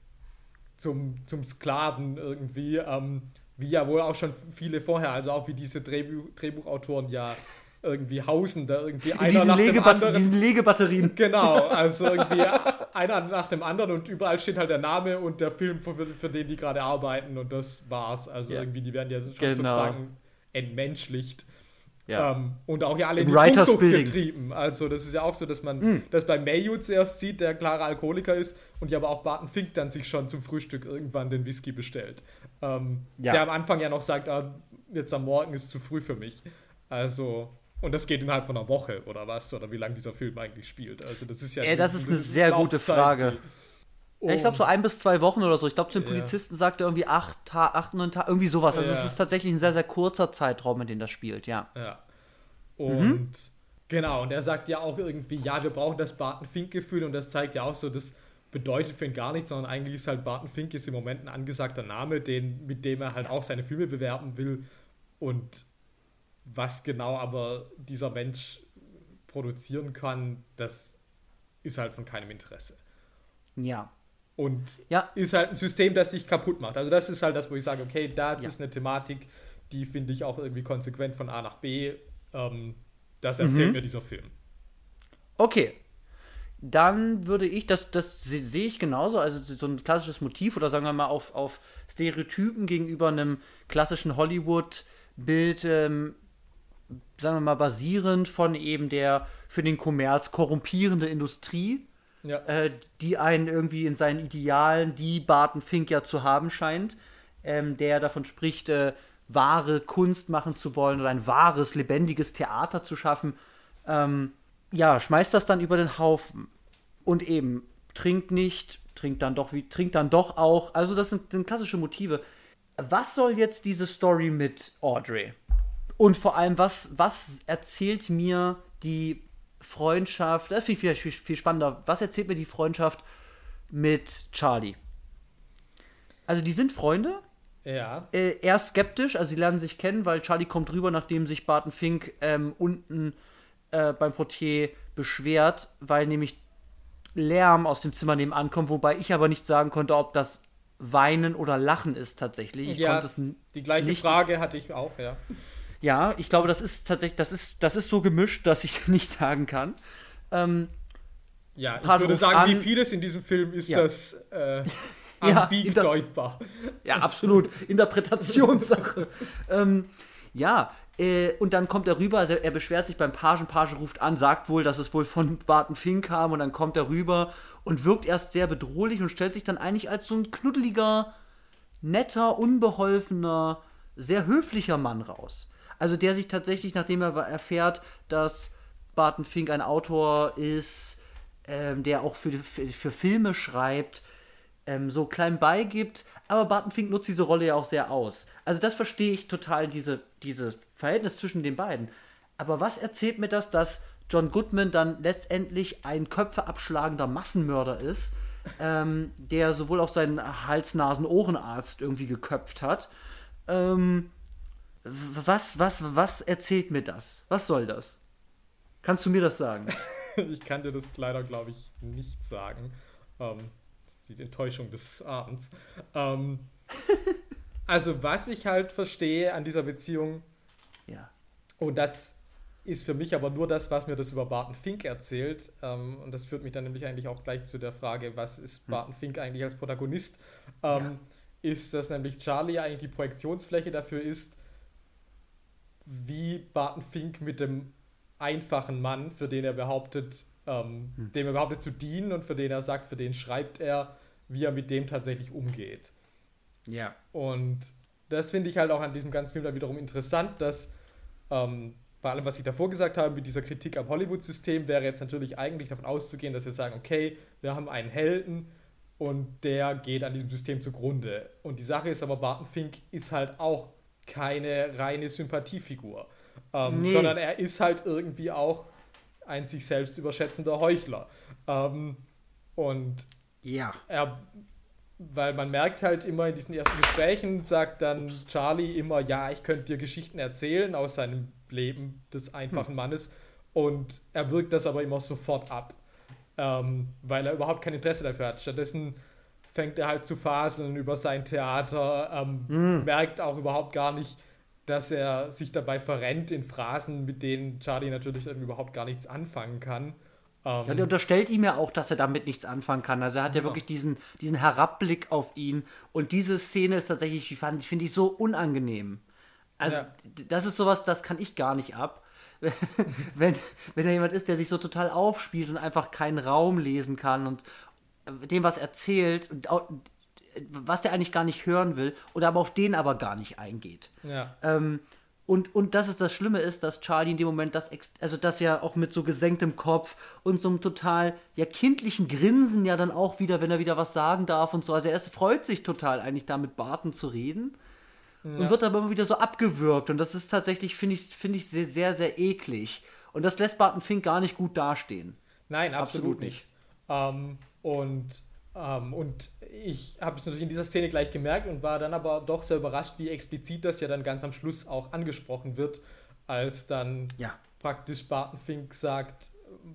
zum, zum Sklaven irgendwie, ähm, wie ja wohl auch schon viele vorher, also auch wie diese Drehbuch, Drehbuchautoren ja irgendwie hausen, da irgendwie einer diesen nach dem anderen. Diesen Legebatterien. Genau, also irgendwie einer nach dem anderen und überall steht halt der Name und der Film, für, für den die gerade arbeiten und das war's. Also ja. irgendwie, die werden ja schon genau. sozusagen entmenschlicht. Ja. Ähm, und auch ja alle in die Trunksucht getrieben. Also das ist ja auch so, dass man mm. das bei Mayhew zuerst sieht, der klarer Alkoholiker ist und ja aber auch Barton Fink dann sich schon zum Frühstück irgendwann den Whisky bestellt. Ähm, ja. Der am Anfang ja noch sagt, ah, jetzt am Morgen ist zu früh für mich. Also, und das geht innerhalb von einer Woche oder was, oder wie lange dieser Film eigentlich spielt. Also das ist ja... Ey, das ist eine sehr gute Frage. Die, ich glaube so ein bis zwei Wochen oder so. Ich glaube, zu den Polizisten ja. sagt er irgendwie acht, Ta- acht, neun Tage, irgendwie sowas. Also ja. es ist tatsächlich ein sehr, sehr kurzer Zeitraum, in dem das spielt, ja. Ja. Und mhm. genau, und er sagt ja auch irgendwie, ja, wir brauchen das Barton-Fink-Gefühl und das zeigt ja auch so, das bedeutet für ihn gar nichts, sondern eigentlich ist halt Barton Fink ist im Moment ein angesagter Name, den, mit dem er halt auch seine Filme bewerben will und was genau aber dieser Mensch produzieren kann, das ist halt von keinem Interesse. Ja. Und ja. ist halt ein System, das sich kaputt macht. Also das ist halt das, wo ich sage, okay, das ja. ist eine Thematik, die finde ich auch irgendwie konsequent von A nach B. Ähm, das erzählt mhm. mir dieser Film. Okay. Dann würde ich, das, das sehe ich genauso, also so ein klassisches Motiv oder sagen wir mal auf, auf Stereotypen gegenüber einem klassischen Hollywood-Bild, ähm, sagen wir mal basierend von eben der für den Kommerz korrumpierende Industrie, ja. äh, die einen irgendwie in seinen Idealen, die Barton Fink ja zu haben scheint, ähm, der davon spricht, äh, wahre Kunst machen zu wollen oder ein wahres, lebendiges Theater zu schaffen, ähm, ja, schmeißt das dann über den Haufen und eben trinkt nicht, trinkt dann doch wie trinkt dann doch auch. Also das sind, sind klassische Motive. Was soll jetzt diese Story mit Audrey? Und vor allem, was, was erzählt mir die Freundschaft, das finde ich viel, viel, viel spannender, was erzählt mir die Freundschaft mit Charlie? Also die sind Freunde, Ja. Äh, er ist skeptisch, also sie lernen sich kennen, weil Charlie kommt rüber, nachdem sich Barton Fink ähm, unten äh, beim Portier beschwert, weil nämlich Lärm aus dem Zimmer nebenan kommt, wobei ich aber nicht sagen konnte, ob das Weinen oder Lachen ist tatsächlich. Ich ja, konnte es n- die gleiche nicht Frage hatte ich auch, ja. Ja, ich glaube, das ist tatsächlich, das ist, das ist so gemischt, dass ich nicht sagen kann. Ähm, Ja, ich Page würde ruft sagen, an. wie vieles in diesem Film ist Ja. das äh, Ja, ambig inter- deutbar. Ja, absolut. Interpretationssache. ähm, ja, äh, und dann kommt er rüber, also er beschwert sich beim Pagen, Page ruft an, sagt wohl, dass es wohl von Barton Fink kam und dann kommt er rüber und wirkt erst sehr bedrohlich und stellt sich dann eigentlich als so ein knuddeliger, netter, unbeholfener, sehr höflicher Mann raus. Also der sich tatsächlich, nachdem er erfährt, dass Barton Fink ein Autor ist, ähm, der auch für, für, für Filme schreibt, ähm, so klein beigibt, aber Barton Fink nutzt diese Rolle ja auch sehr aus. Also das verstehe ich total, diese, dieses Verhältnis zwischen den beiden. Aber was erzählt mir das, dass John Goodman dann letztendlich ein köpfeabschlagender Massenmörder ist, ähm, der sowohl auch seinen Hals-Nasen-Ohrenarzt irgendwie geköpft hat? Ähm, was, was, was erzählt mir das? Was soll das? Kannst du mir das sagen? Ich kann dir das leider, glaube ich, nicht sagen. Ähm, das ist die Enttäuschung des Abends. Ähm, also, was ich halt verstehe an dieser Beziehung, Ja. und das ist für mich aber nur das, was mir das über Barton Fink erzählt, ähm, und das führt mich dann nämlich eigentlich auch gleich zu der Frage, was ist Barton Fink eigentlich als Protagonist, ähm, ja. ist, dass nämlich Charlie eigentlich die Projektionsfläche dafür ist, wie Barton Fink mit dem einfachen Mann, für den er behauptet, ähm, hm. dem er behauptet zu dienen und für den er sagt, für den schreibt er, wie er mit dem tatsächlich umgeht. Ja. Und das finde ich halt auch an diesem ganzen Film dann wiederum interessant, dass ähm, bei allem, was ich davor gesagt habe, mit dieser Kritik am Hollywood-System, wäre jetzt natürlich eigentlich davon auszugehen, dass wir sagen, okay, wir haben einen Helden und der geht an diesem System zugrunde. Und die Sache ist aber, Barton Fink ist halt auch keine reine Sympathiefigur. Ähm, nee. Sondern er ist halt irgendwie auch ein sich selbst überschätzender Heuchler. Ähm, und ja. er, weil man merkt halt immer in diesen ersten Gesprächen, sagt dann Ups. Charlie immer, ja, ich könnte dir Geschichten erzählen aus seinem Leben des einfachen hm. Mannes, und er wirkt das aber immer sofort ab, ähm, weil er überhaupt kein Interesse dafür hat. Stattdessen fängt er halt zu faseln über sein Theater, ähm, hm. merkt auch überhaupt gar nicht, dass er sich dabei verrennt in Phrasen, mit denen Charlie natürlich überhaupt gar nichts anfangen kann. Ähm, ja, der unterstellt ihm ja auch, dass er damit nichts anfangen kann. Also er hat ja, ja wirklich diesen, diesen Herabblick auf ihn. Und diese Szene ist tatsächlich, finde ich, so unangenehm. Also ja. das ist sowas, das kann ich gar nicht ab. wenn, wenn da jemand ist, der sich so total aufspielt und einfach keinen Raum lesen kann und dem was erzählt und auch, was der eigentlich gar nicht hören will oder aber auf den aber gar nicht eingeht. Ja. Ähm, und, und das ist das Schlimme ist, dass Charlie in dem Moment das, also das ja auch mit so gesenktem Kopf und so einem total ja kindlichen Grinsen ja dann auch wieder, wenn er wieder was sagen darf und so. Also er ist, freut sich total eigentlich da mit Barton zu reden ja. und wird aber immer wieder so abgewürgt und das ist tatsächlich, finde ich, finde ich sehr, sehr, sehr eklig. Und das lässt Barton Fink gar nicht gut dastehen. Nein, absolut, absolut nicht. nicht. Ähm, und Um, und ich habe es natürlich in dieser Szene gleich gemerkt und war dann aber doch sehr überrascht, wie explizit das ja dann ganz am Schluss auch angesprochen wird, als dann ja. praktisch Barton Fink sagt,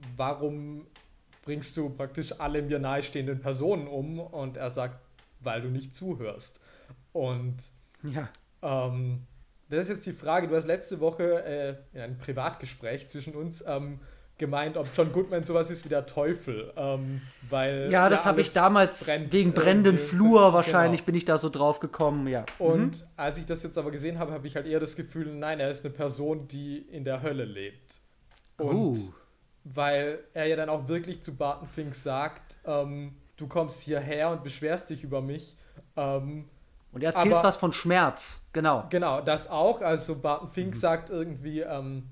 warum bringst du praktisch alle mir nahestehenden Personen um? Und er sagt, weil du nicht zuhörst. Und ja. ähm, das ist jetzt die Frage, du hast letzte Woche äh, in einem Privatgespräch zwischen uns ähm, gemeint, ob John Goodman sowas ist wie der Teufel, ähm, weil ja, das ja, habe ich damals brennt, wegen brennenden Flur sind, wahrscheinlich genau. bin ich da so drauf gekommen, ja. Und mhm. als ich das jetzt aber gesehen habe, habe ich halt eher das Gefühl, nein, er ist eine Person, die in der Hölle lebt. Und uh. weil er ja dann auch wirklich zu Barton Fink sagt, ähm, du kommst hierher und beschwerst dich über mich. Ähm, und er erzählt was von Schmerz, genau. Genau, das auch. Also Barton Fink mhm. sagt irgendwie, ähm,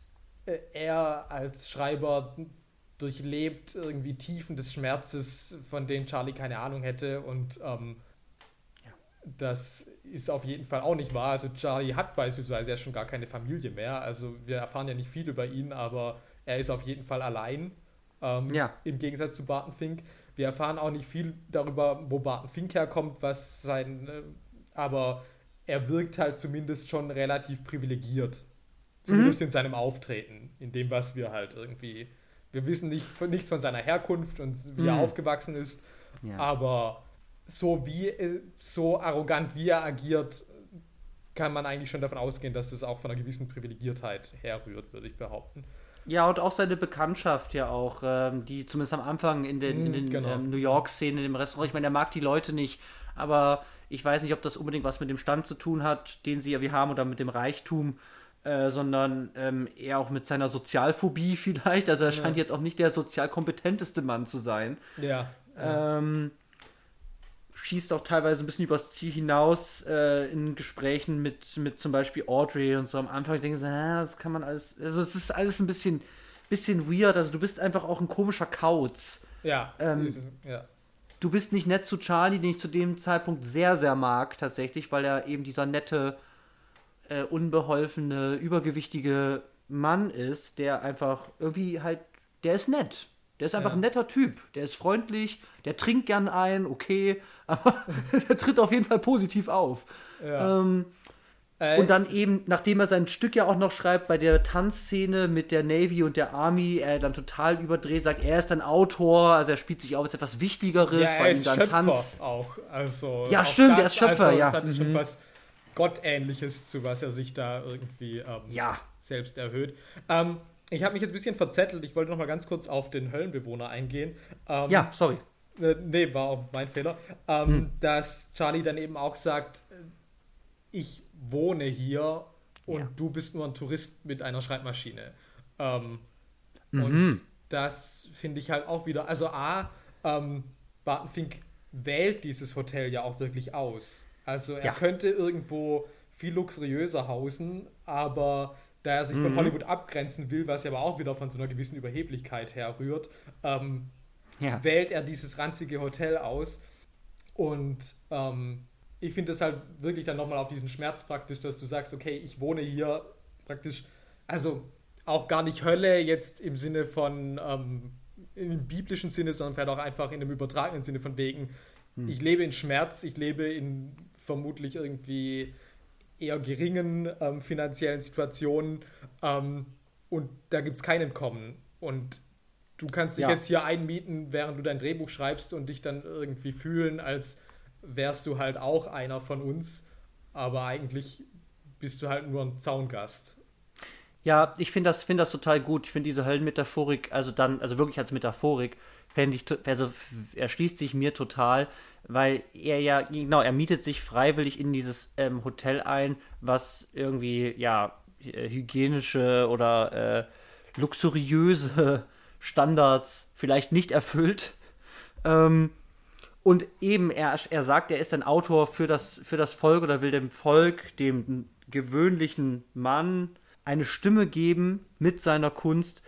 er als Schreiber durchlebt irgendwie Tiefen des Schmerzes, von denen Charlie keine Ahnung hätte, und ähm, ja. das ist auf jeden Fall auch nicht wahr. Also Charlie hat beispielsweise ja schon gar keine Familie mehr, also wir erfahren ja nicht viel über ihn, aber er ist auf jeden Fall allein, ähm, ja. im Gegensatz zu Barton Fink. Wir erfahren auch nicht viel darüber, wo Barton Fink herkommt, was sein äh, aber er wirkt halt zumindest schon relativ privilegiert. Zumindest mhm. in seinem Auftreten, in dem, was wir halt irgendwie, wir wissen nicht, nichts von seiner Herkunft und wie mhm. er aufgewachsen ist, ja. aber so wie, so arrogant wie er agiert, kann man eigentlich schon davon ausgehen, dass das auch von einer gewissen Privilegiertheit herrührt, würde ich behaupten. Ja, und auch seine Bekanntschaft ja auch, ähm, die zumindest am Anfang in den, in den genau. ähm, New York-Szenen, in dem Restaurant, ich meine, er mag die Leute nicht, aber ich weiß nicht, ob das unbedingt was mit dem Stand zu tun hat, den sie ja wie haben, oder mit dem Reichtum, äh, sondern ähm, eher auch mit seiner Sozialphobie vielleicht. Also er scheint ja. jetzt auch nicht der sozial kompetenteste Mann zu sein. Ja. Ähm, schießt auch teilweise ein bisschen übers Ziel hinaus äh, in Gesprächen mit, mit zum Beispiel Audrey und so. Am Anfang denke ich so, ah, das kann man alles, also es ist alles ein bisschen, bisschen weird, also du bist einfach auch ein komischer Kauz. Ja, ähm, ja. Du bist nicht nett zu Charlie, den ich zu dem Zeitpunkt sehr, sehr mag tatsächlich, weil er eben dieser nette, äh, unbeholfene, übergewichtige Mann ist, der einfach irgendwie halt, der ist nett. Der ist einfach ja. ein netter Typ. Der ist freundlich, der trinkt gern ein, okay, aber der tritt auf jeden Fall positiv auf. Ja. Ähm, äh, und dann eben, nachdem er sein Stück ja auch noch schreibt, bei der Tanzszene mit der Navy und der Army, er dann total überdreht, sagt, er ist ein Autor, also er spielt sich auf als etwas Wichtigeres, ja, weil ihm dann Schöpfer Tanz... auch. Also ja, auch stimmt, das, er ist Schöpfer, also, ja. Es hat mhm. schon was Gottähnliches, zu was er sich da irgendwie ähm, ja. selbst erhöht. Ähm, Ich habe mich jetzt ein bisschen verzettelt. Ich wollte noch mal ganz kurz auf den Höllenbewohner eingehen. Ähm, ja, sorry. Äh, nee, war auch mein Fehler. Ähm, hm. Dass Charlie dann eben auch sagt, ich wohne hier und ja. du bist nur ein Tourist mit einer Schreibmaschine. Ähm, mhm. Und das finde ich halt auch wieder, also A, ähm, Barton Fink wählt dieses Hotel ja auch wirklich aus. Also er ja. könnte irgendwo viel luxuriöser hausen, aber da er sich mhm. von Hollywood abgrenzen will, was ja aber auch wieder von so einer gewissen Überheblichkeit herrührt, ähm, ja. wählt er dieses ranzige Hotel aus. Und ähm, ich finde es halt wirklich dann nochmal auf diesen Schmerz praktisch, dass du sagst, okay, ich wohne hier praktisch, also auch gar nicht Hölle jetzt im Sinne von, ähm, im biblischen Sinne, sondern vielleicht auch einfach in dem übertragenen Sinne von wegen, mhm. ich lebe in Schmerz, ich lebe in vermutlich irgendwie eher geringen ähm, finanziellen Situationen ähm, und da gibt es kein Entkommen. Und du kannst dich ja. jetzt hier einmieten, während du dein Drehbuch schreibst und dich dann irgendwie fühlen, als wärst du halt auch einer von uns, aber eigentlich bist du halt nur ein Zaungast. Ja, ich finde das, find das total gut. Ich finde diese Höllenmetaphorik, also dann, also wirklich als Metaphorik, fände ich, also erschließt sich mir total, weil er ja, genau, er mietet sich freiwillig in dieses ähm, Hotel ein, was irgendwie, ja, hygienische oder äh, luxuriöse Standards vielleicht nicht erfüllt. Ähm, und eben, er, er sagt, er ist ein Autor für das, für das Volk oder will dem Volk, dem gewöhnlichen Mann, eine Stimme geben mit seiner Kunst,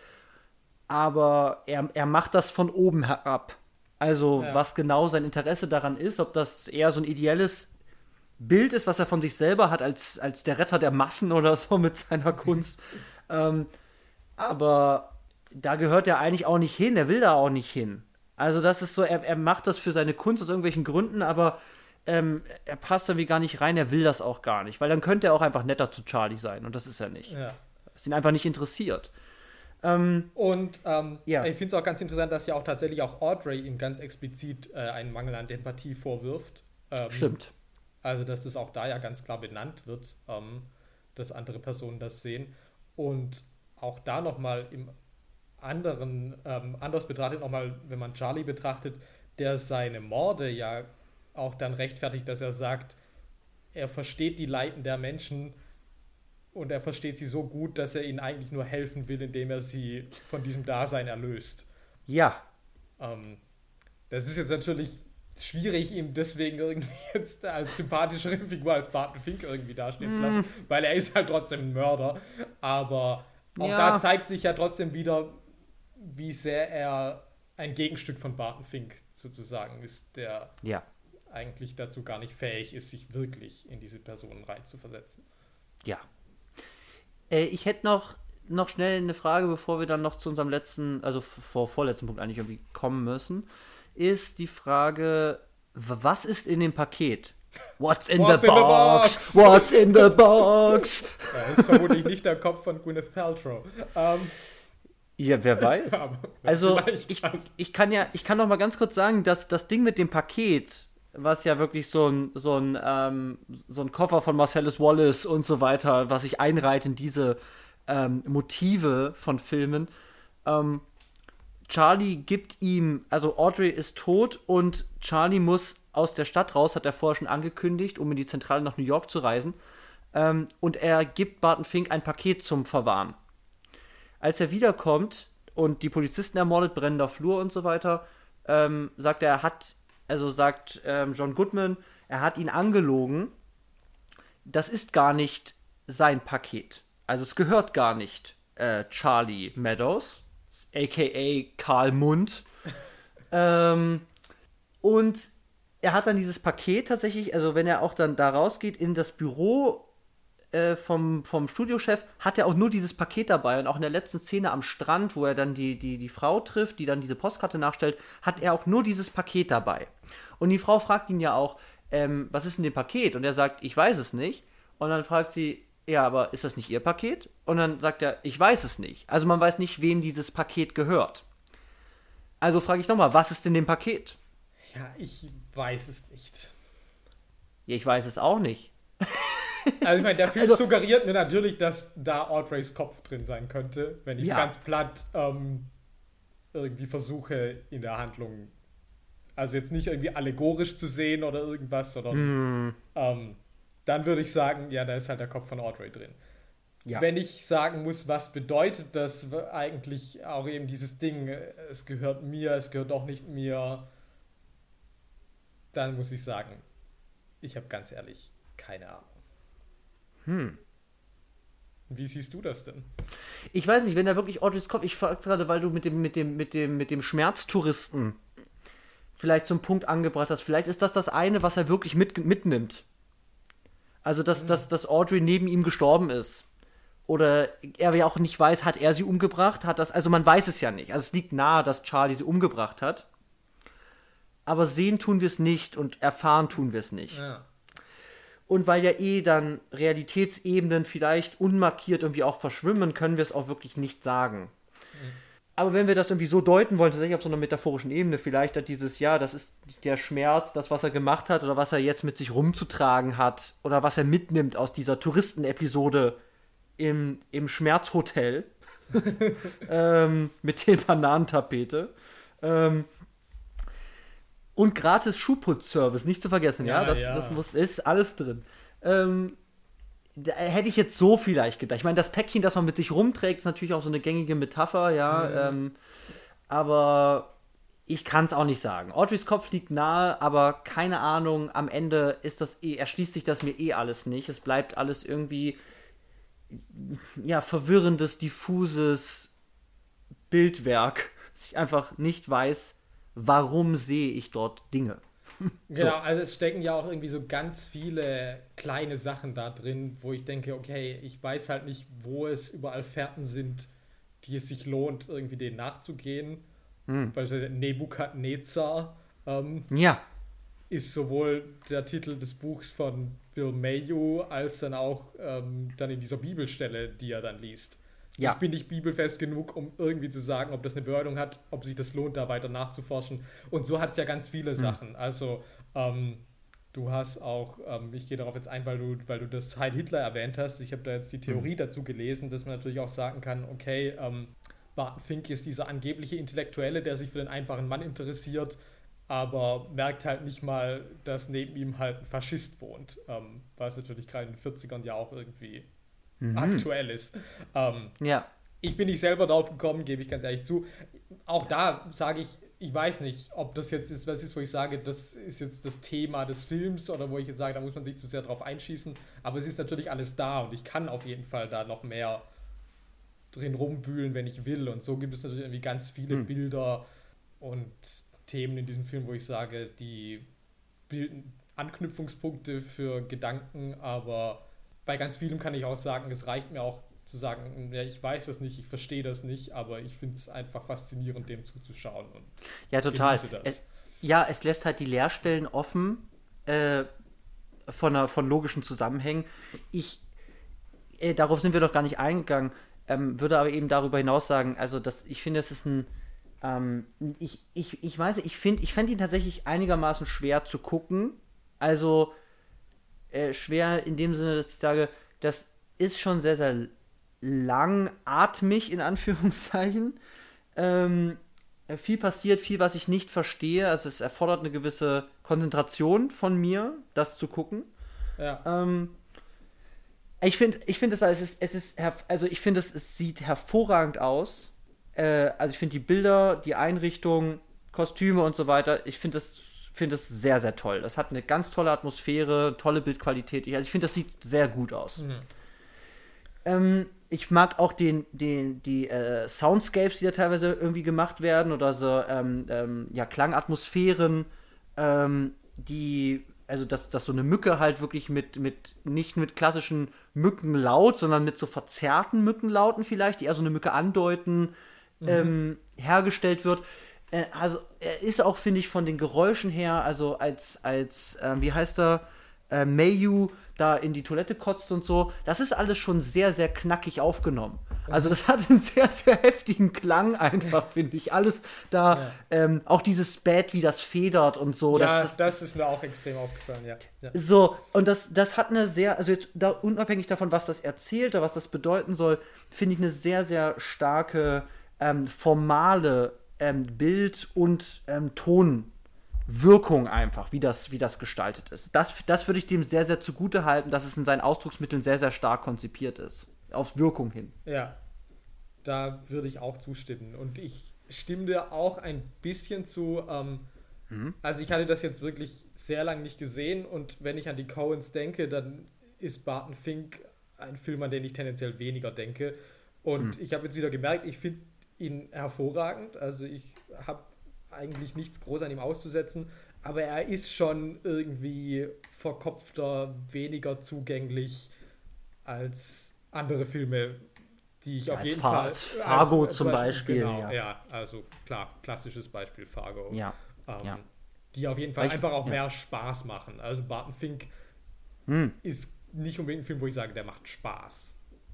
aber er, er macht das von oben herab. Also ja. was genau sein Interesse daran ist, ob das eher so ein ideelles Bild ist, was er von sich selber hat, als, als der Retter der Massen oder so mit seiner Kunst. ähm, aber da gehört er eigentlich auch nicht hin, er will da auch nicht hin. Also das ist so, er, er macht das für seine Kunst aus irgendwelchen Gründen, aber ähm, er passt irgendwie gar nicht rein, er will das auch gar nicht, weil dann könnte er auch einfach netter zu Charlie sein und das ist er nicht. Ja. Das ihn einfach nicht interessiert. Ähm, und ähm, ja. ich finde es auch ganz interessant, dass ja auch tatsächlich auch Audrey ihm ganz explizit äh, einen Mangel an Empathie vorwirft. Ähm, Stimmt. Also dass das auch da ja ganz klar benannt wird, ähm, dass andere Personen das sehen. Und auch da nochmal im anderen, ähm, anders betrachtet, nochmal, wenn man Charlie betrachtet, der seine Morde ja auch dann rechtfertigt, dass er sagt, er versteht die Leiden der Menschen und er versteht sie so gut, dass er ihnen eigentlich nur helfen will, indem er sie von diesem Dasein erlöst. Ja. Ähm, das ist jetzt natürlich schwierig, ihm deswegen irgendwie jetzt als sympathischere Figur als Barton Fink irgendwie dastehen mm. zu lassen, weil er ist halt trotzdem ein Mörder. Aber auch ja. da zeigt sich ja trotzdem wieder, wie sehr er ein Gegenstück von Barton Fink sozusagen ist, der ja. eigentlich dazu gar nicht fähig ist, sich wirklich in diese Personen reinzuversetzen. Ja. Äh, ich hätte noch, noch schnell eine Frage, bevor wir dann noch zu unserem letzten, also vor vorletzten Punkt eigentlich irgendwie kommen müssen, ist die Frage, was ist in dem Paket? What's in, What's the, in box? the box? What's in the box? Das ist vermutlich nicht der Kopf von Gwyneth Paltrow. Ähm, ja, wer weiß. Also, ich, also. ich kann ja, ich kann noch mal ganz kurz sagen, dass das Ding mit dem Paket, was ja wirklich so ein, so ein, ähm, so ein Koffer von Marcellus Wallace und so weiter, was sich einreiht in diese ähm, Motive von Filmen, ähm, Charlie gibt ihm, also Audrey ist tot und Charlie muss aus der Stadt raus, hat er vorher schon angekündigt, um in die Zentrale nach New York zu reisen. Ähm, und er gibt Barton Fink ein Paket zum Verwahren. Als er wiederkommt und die Polizisten ermordet, brennender Flur und so weiter, ähm, sagt er, er hat, also sagt ähm, John Goodman, er hat ihn angelogen. Das ist gar nicht sein Paket. Also es gehört gar nicht äh, Charlie Meadows, a k a. Karl Mund. ähm, und er hat dann dieses Paket tatsächlich, also wenn er auch dann da rausgeht in das Büro äh, vom, vom Studiochef, hat er auch nur dieses Paket dabei. Und auch in der letzten Szene am Strand, wo er dann die, die, die Frau trifft, die dann diese Postkarte nachstellt, hat er auch nur dieses Paket dabei. Und die Frau fragt ihn ja auch, ähm, was ist denn dem Paket? Und er sagt, ich weiß es nicht. Und dann fragt sie, ja, aber ist das nicht ihr Paket? Und dann sagt er, ich weiß es nicht. Also man weiß nicht, wem dieses Paket gehört. Also frage ich nochmal, was ist in dem Paket? Ja, ich weiß es nicht. Ja, ich weiß es auch nicht. Also ich meine, der Film Also, suggeriert mir natürlich, dass da Audreys Kopf drin sein könnte, wenn ich es Ja. ganz platt ähm, irgendwie versuche in der Handlung, also jetzt nicht irgendwie allegorisch zu sehen oder irgendwas, sondern mm, ähm, dann würde ich sagen, ja, da ist halt der Kopf von Audrey drin. ja. Wenn ich sagen muss, was bedeutet das eigentlich auch eben dieses Ding, äh, es gehört mir, es gehört doch nicht mir, dann muss ich sagen, ich habe ganz ehrlich keine Ahnung. Hm. Wie siehst du das denn? Ich weiß nicht, wenn da wirklich Audreys Kopf, ich frage gerade, weil du mit dem, mit dem, mit dem, mit dem Schmerztouristen vielleicht zum Punkt angebracht hast, vielleicht ist das das eine, was er wirklich mit, mitnimmt. Also, dass, mhm. dass, dass Audrey neben ihm gestorben ist. Oder er ja auch nicht weiß, hat er sie umgebracht, hat das, also man weiß es ja nicht. Also es liegt nahe, dass Charlie sie umgebracht hat. Aber sehen tun wir es nicht und erfahren tun wir es nicht. Ja. Und weil ja eh dann Realitätsebenen vielleicht unmarkiert irgendwie auch verschwimmen, können wir es auch wirklich nicht sagen. Mhm. Aber wenn wir das irgendwie so deuten wollen, tatsächlich auf so einer metaphorischen Ebene, vielleicht hat dieses, ja, das ist der Schmerz, das, was er gemacht hat oder was er jetzt mit sich rumzutragen hat oder was er mitnimmt aus dieser Touristenepisode im, im Schmerzhotel ähm, mit der Bananentapete. Ähm, Und gratis Schuhputzservice, nicht zu vergessen, ja, ja, das, ja. das muss, ist alles drin. Ähm, da hätte ich jetzt so vielleicht gedacht. Ich meine, das Päckchen, das man mit sich rumträgt, ist natürlich auch so eine gängige Metapher, ja, mhm. ähm, aber ich kann es auch nicht sagen. Audreys Kopf liegt nahe, aber keine Ahnung, am Ende ist das eh, erschließt sich das mir eh alles nicht. Es bleibt alles irgendwie, ja, verwirrendes, diffuses Bildwerk, dass ich einfach nicht weiß, warum sehe ich dort Dinge? So. Genau, also es stecken ja auch irgendwie so ganz viele kleine Sachen da drin, wo ich denke, okay, ich weiß halt nicht, wo es überall Fährten sind, die es sich lohnt, irgendwie denen nachzugehen. Hm. Beispielsweise Nebukadnezar ähm, ja. ist sowohl der Titel des Buchs von Bill Mayhew als dann auch ähm, dann in dieser Bibelstelle, die er dann liest. Ja. Ich bin nicht bibelfest genug, um irgendwie zu sagen, ob das eine Bedeutung hat, ob sich das lohnt, da weiter nachzuforschen. Und so hat es ja ganz viele hm. Sachen. Also ähm, du hast auch, ähm, ich gehe darauf jetzt ein, weil du, weil du das Heil Hitler erwähnt hast. Ich habe da jetzt die Theorie hm. dazu gelesen, dass man natürlich auch sagen kann, okay, ähm, Barton Fink ist dieser angebliche Intellektuelle, der sich für den einfachen Mann interessiert, aber merkt halt nicht mal, dass neben ihm halt ein Faschist wohnt. Ähm, was natürlich gerade in den vierzigern ja auch irgendwie Mhm. aktuell ist. Ähm, ja. Ich bin nicht selber drauf gekommen, gebe ich ganz ehrlich zu. Auch da sage ich, ich weiß nicht, ob das jetzt ist, was ist, wo ich sage, das ist jetzt das Thema des Films oder wo ich jetzt sage, da muss man sich zu sehr drauf einschießen. Aber es ist natürlich alles da und ich kann auf jeden Fall da noch mehr drin rumwühlen, wenn ich will. Und so gibt es natürlich irgendwie ganz viele mhm. Bilder und Themen in diesem Film, wo ich sage, die bilden Anknüpfungspunkte für Gedanken, aber bei ganz vielem kann ich auch sagen, es reicht mir auch zu sagen, ja, ich weiß das nicht, ich verstehe das nicht, aber ich finde es einfach faszinierend, dem zuzuschauen. Und ja, total. Es, ja, es lässt halt die Leerstellen offen, äh, von, einer, von logischen Zusammenhängen. Ich, äh, darauf sind wir doch gar nicht eingegangen, ähm, würde aber eben darüber hinaus sagen, also das, ich finde, es ist ein, ähm, ich, ich, ich weiß nicht, ich finde, ich fände ihn tatsächlich einigermaßen schwer zu gucken. Also äh, schwer in dem Sinne, dass ich sage, das ist schon sehr, sehr langatmig, in Anführungszeichen. Ähm, viel passiert, viel, was ich nicht verstehe. Also es erfordert eine gewisse Konzentration von mir, das zu gucken. Ja. Ähm, ich finde, ich finde es, es ist, es ist, also ich finde es, es sieht hervorragend aus. Äh, also ich finde die Bilder, die Einrichtung, Kostüme und so weiter, ich finde das, finde das sehr, sehr toll. Das hat eine ganz tolle Atmosphäre, tolle Bildqualität. Also ich finde, das sieht sehr gut aus. Mhm. Ähm, ich mag auch den, den, die äh, Soundscapes, die da teilweise irgendwie gemacht werden oder so, ähm, ähm, ja, Klangatmosphären, ähm, die, also dass, dass so eine Mücke halt wirklich mit, mit, nicht mit klassischen Mückenlaut, sondern mit so verzerrten Mückenlauten vielleicht, die eher so eine Mücke andeuten, mhm. ähm, hergestellt wird. Äh, also er ist auch, finde ich, von den Geräuschen her, also als, als, äh, wie heißt er, äh, Mayu da in die Toilette kotzt und so, das ist alles schon sehr, sehr knackig aufgenommen. Also das hat einen sehr, sehr heftigen Klang einfach, finde ich. Alles da, ja. ähm, auch dieses Bett, wie das federt und so. Ja, das, das, das ist mir auch extrem aufgefallen, ja. ja. So, und das, das hat eine sehr, also jetzt da, unabhängig davon, was das erzählt oder was das bedeuten soll, finde ich eine sehr, sehr starke, ähm, formale ähm, Bild- und ähm, Ton- Wirkung einfach, wie das, wie das gestaltet ist. Das, das würde ich dem sehr, sehr zugute halten, dass es in seinen Ausdrucksmitteln sehr, sehr stark konzipiert ist. Auf Wirkung hin. Ja, da würde ich auch zustimmen. Und ich stimme dir auch ein bisschen zu. Ähm, mhm. Also ich hatte das jetzt wirklich sehr lange nicht gesehen und wenn ich an die Coens denke, dann ist Barton Fink ein Film, an den ich tendenziell weniger denke. Und mhm. ich habe jetzt wieder gemerkt, ich finde ihn hervorragend. Also ich habe eigentlich nichts groß an ihm auszusetzen, aber er ist schon irgendwie verkopfter, weniger zugänglich als andere Filme, die ich ja, auf jeden Fall... Fargo als, zum Beispiel. Genau, ja. ja, also klar, klassisches Beispiel Fargo. Ja, ähm, ja. Die auf jeden Fall ich, einfach auch ja. mehr Spaß machen. Also Barton Fink hm. ist nicht unbedingt ein Film, wo ich sage, der macht Spaß.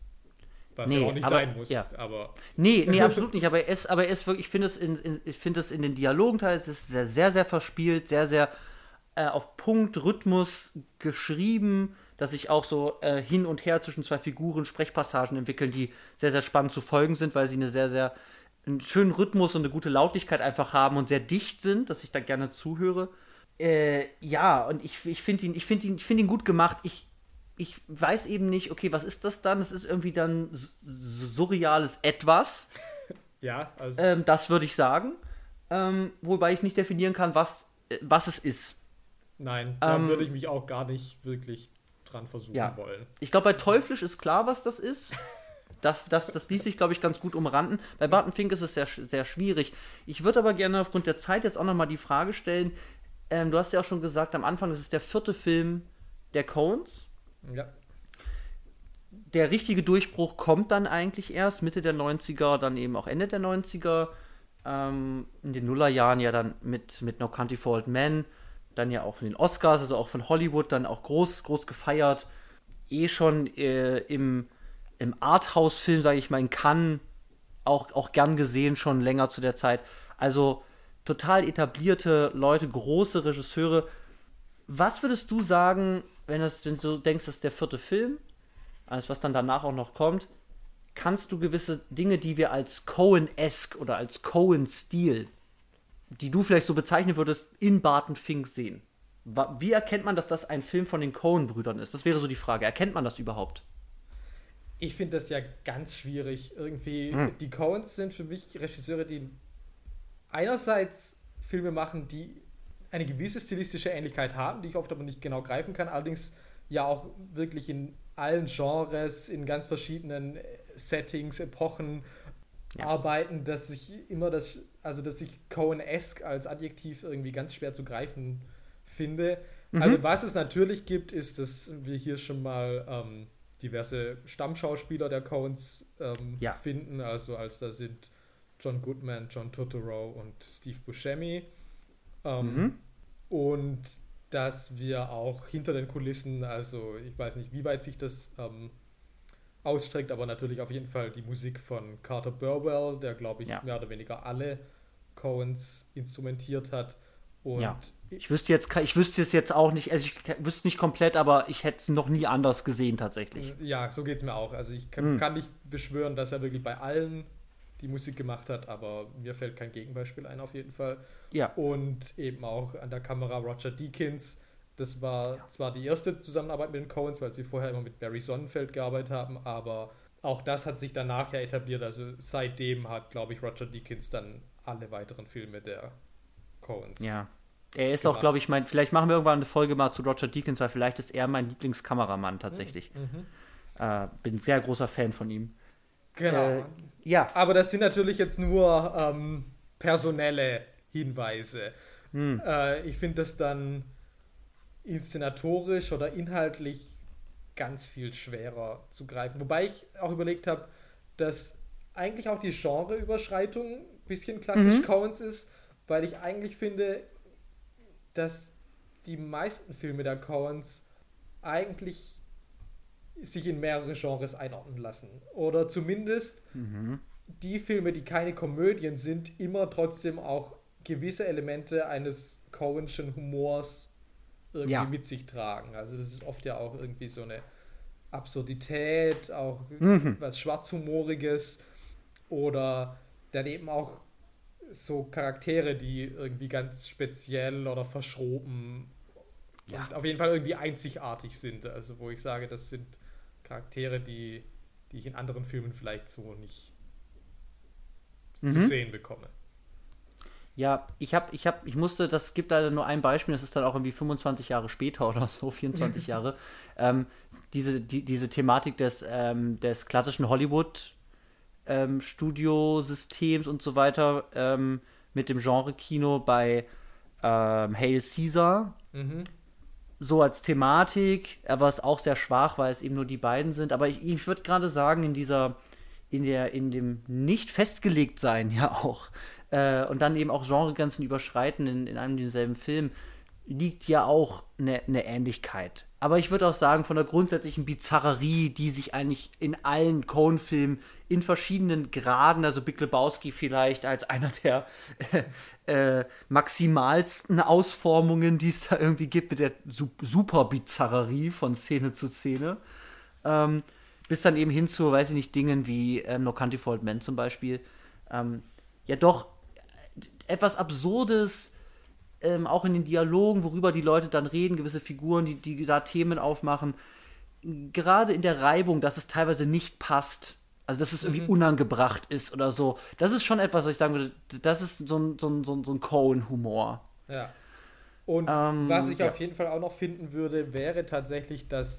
Was nee, ja auch nicht aber, sein muss, ja. aber... Nee, nee, absolut nicht, aber er ist, aber er ist wirklich, ich finde es in, in, ich finde es in den Dialogen teils ist sehr, sehr, sehr verspielt, sehr, sehr äh, auf Punkt, Rhythmus geschrieben, dass sich auch so äh, hin und her zwischen zwei Figuren Sprechpassagen entwickeln, die sehr, sehr spannend zu folgen sind, weil sie eine sehr, sehr einen schönen Rhythmus und eine gute Lautigkeit einfach haben und sehr dicht sind, dass ich da gerne zuhöre. Äh, ja, und ich, ich finde ihn, ich finde ihn, ich finde ihn gut gemacht. Ich Ich weiß eben nicht, okay, was ist das dann? Es ist irgendwie dann surreales Etwas. Ja, also. Ähm, das würde ich sagen. Ähm, wobei ich nicht definieren kann, was, äh, was es ist. Nein, da ähm, würde ich mich auch gar nicht wirklich dran versuchen ja. wollen. Ich glaube, bei Teuflisch ist klar, was das ist. Das, das, das ließ sich, glaube ich, ganz gut umranden. Bei Barton Fink ist es sehr, sehr schwierig. Ich würde aber gerne aufgrund der Zeit jetzt auch nochmal die Frage stellen, ähm, du hast ja auch schon gesagt, am Anfang, das ist der vierte Film der Coens. Ja. Der richtige Durchbruch kommt dann eigentlich erst Mitte der neunziger, dann eben auch Ende der neunziger. Ähm, in den Nullerjahren ja dann mit, mit No Country for Old Men, dann ja auch von den Oscars, also auch von Hollywood, dann auch groß, groß gefeiert. Eh schon äh, im, im Arthouse-Film, sage ich mal, in Cannes auch, auch gern gesehen, schon länger zu der Zeit. Also total etablierte Leute, große Regisseure. Was würdest du sagen, wenn, das, wenn du denkst, das ist der vierte Film, alles was dann danach auch noch kommt, kannst du gewisse Dinge, die wir als Coen-esque oder als Coen-Stil, die du vielleicht so bezeichnen würdest, in Barton Fink sehen? Wie erkennt man, dass das ein Film von den Coen-Brüdern ist? Das wäre so die Frage. Erkennt man das überhaupt? Ich finde das ja ganz schwierig. Irgendwie, hm. die Coens sind für mich Regisseure, die einerseits Filme machen, die eine gewisse stilistische Ähnlichkeit haben, die ich oft aber nicht genau greifen kann, allerdings ja auch wirklich in allen Genres, in ganz verschiedenen Settings, Epochen ja. arbeiten, dass ich immer das, also dass ich Coen-esque als Adjektiv irgendwie ganz schwer zu greifen finde. Mhm. Also was es natürlich gibt, ist, dass wir hier schon mal ähm, diverse Stammschauspieler der Coens ähm, ja. finden, also als da sind John Goodman, John Turturro und Steve Buscemi. Ähm, mhm. Und dass wir auch hinter den Kulissen, also ich weiß nicht, wie weit sich das ähm, ausstreckt, aber natürlich auf jeden Fall die Musik von Carter Burwell, der, glaube ich, ja. mehr oder weniger alle Coens instrumentiert hat. Und ja. Ich wüsste jetzt, ich wüsste es jetzt auch nicht, also ich wüsste nicht komplett, aber ich hätte es noch nie anders gesehen tatsächlich. Ja, so geht es mir auch. Also ich kann, hm. kann nicht beschwören, dass er wirklich bei allen die Musik gemacht hat, aber mir fällt kein Gegenbeispiel ein auf jeden Fall. Ja. Und eben auch an der Kamera Roger Deakins. Das war ja. zwar die erste Zusammenarbeit mit den Coens, weil sie vorher immer mit Barry Sonnenfeld gearbeitet haben, aber auch das hat sich danach ja etabliert. Also seitdem hat, glaube ich, Roger Deakins dann alle weiteren Filme der Coens. Ja. Er ist gemacht. Auch, glaube ich, mein, vielleicht machen wir irgendwann eine Folge mal zu Roger Deakins, weil vielleicht ist er mein Lieblingskameramann tatsächlich. Mhm. Äh, bin ein sehr großer Fan von ihm. Genau. Äh, ja. Aber das sind natürlich jetzt nur ähm, personelle Hinweise. Hm. Äh, ich finde das dann inszenatorisch oder inhaltlich ganz viel schwerer zu greifen. Wobei ich auch überlegt habe, dass eigentlich auch die Genreüberschreitung ein bisschen klassisch mhm. Coens ist, weil ich eigentlich finde, dass die meisten Filme der Coens eigentlich sich in mehrere Genres einordnen lassen. Oder zumindest mhm. die Filme, die keine Komödien sind, immer trotzdem auch gewisse Elemente eines Coenschen Humors irgendwie ja. mit sich tragen. Also das ist oft ja auch irgendwie so eine Absurdität, auch mhm. was Schwarzhumoriges oder dann eben auch so Charaktere, die irgendwie ganz speziell oder verschroben ja. und auf jeden Fall irgendwie einzigartig sind. Also wo ich sage, das sind Charaktere, die, die ich in anderen Filmen vielleicht so nicht mhm. zu sehen bekomme. Ja, ich habe, ich habe, ich musste, das gibt leider nur ein Beispiel, das ist dann auch irgendwie fünfundzwanzig Jahre später oder so, vierundzwanzig Jahre, ähm, diese, die, diese Thematik des, ähm, des klassischen Hollywood ähm, Studiosystems und so weiter ähm, mit dem Genre-Kino bei ähm, Hail Caesar. Mhm. So als Thematik, aber es ist auch sehr schwach, weil es eben nur die beiden sind. Aber ich, ich würde gerade sagen, in dieser, in der, in dem nicht festgelegt sein ja auch äh, und dann eben auch Genregrenzen überschreiten in, in einem und denselben Film, liegt ja auch eine ne Ähnlichkeit. Aber ich würde auch sagen, von der grundsätzlichen Bizarrerie, die sich eigentlich in allen Coen-Filmen in verschiedenen Graden, also Big Lebowski vielleicht als einer der äh, äh, maximalsten Ausformungen, die es da irgendwie gibt, mit der Su- Super-Bizarrerie von Szene zu Szene, ähm, bis dann eben hin zu, weiß ich nicht, Dingen wie ähm, No Country for Old Men zum Beispiel, ähm, ja doch etwas Absurdes, Ähm, auch in den Dialogen, worüber die Leute dann reden, gewisse Figuren, die, die da Themen aufmachen, gerade in der Reibung, dass es teilweise nicht passt, also dass es irgendwie mhm. unangebracht ist oder so, das ist schon etwas, was ich sagen würde, das ist so ein, so ein, so ein, so ein Coen-Humor. Ja. Und ähm, was ich ja. auf jeden Fall auch noch finden würde, wäre tatsächlich, dass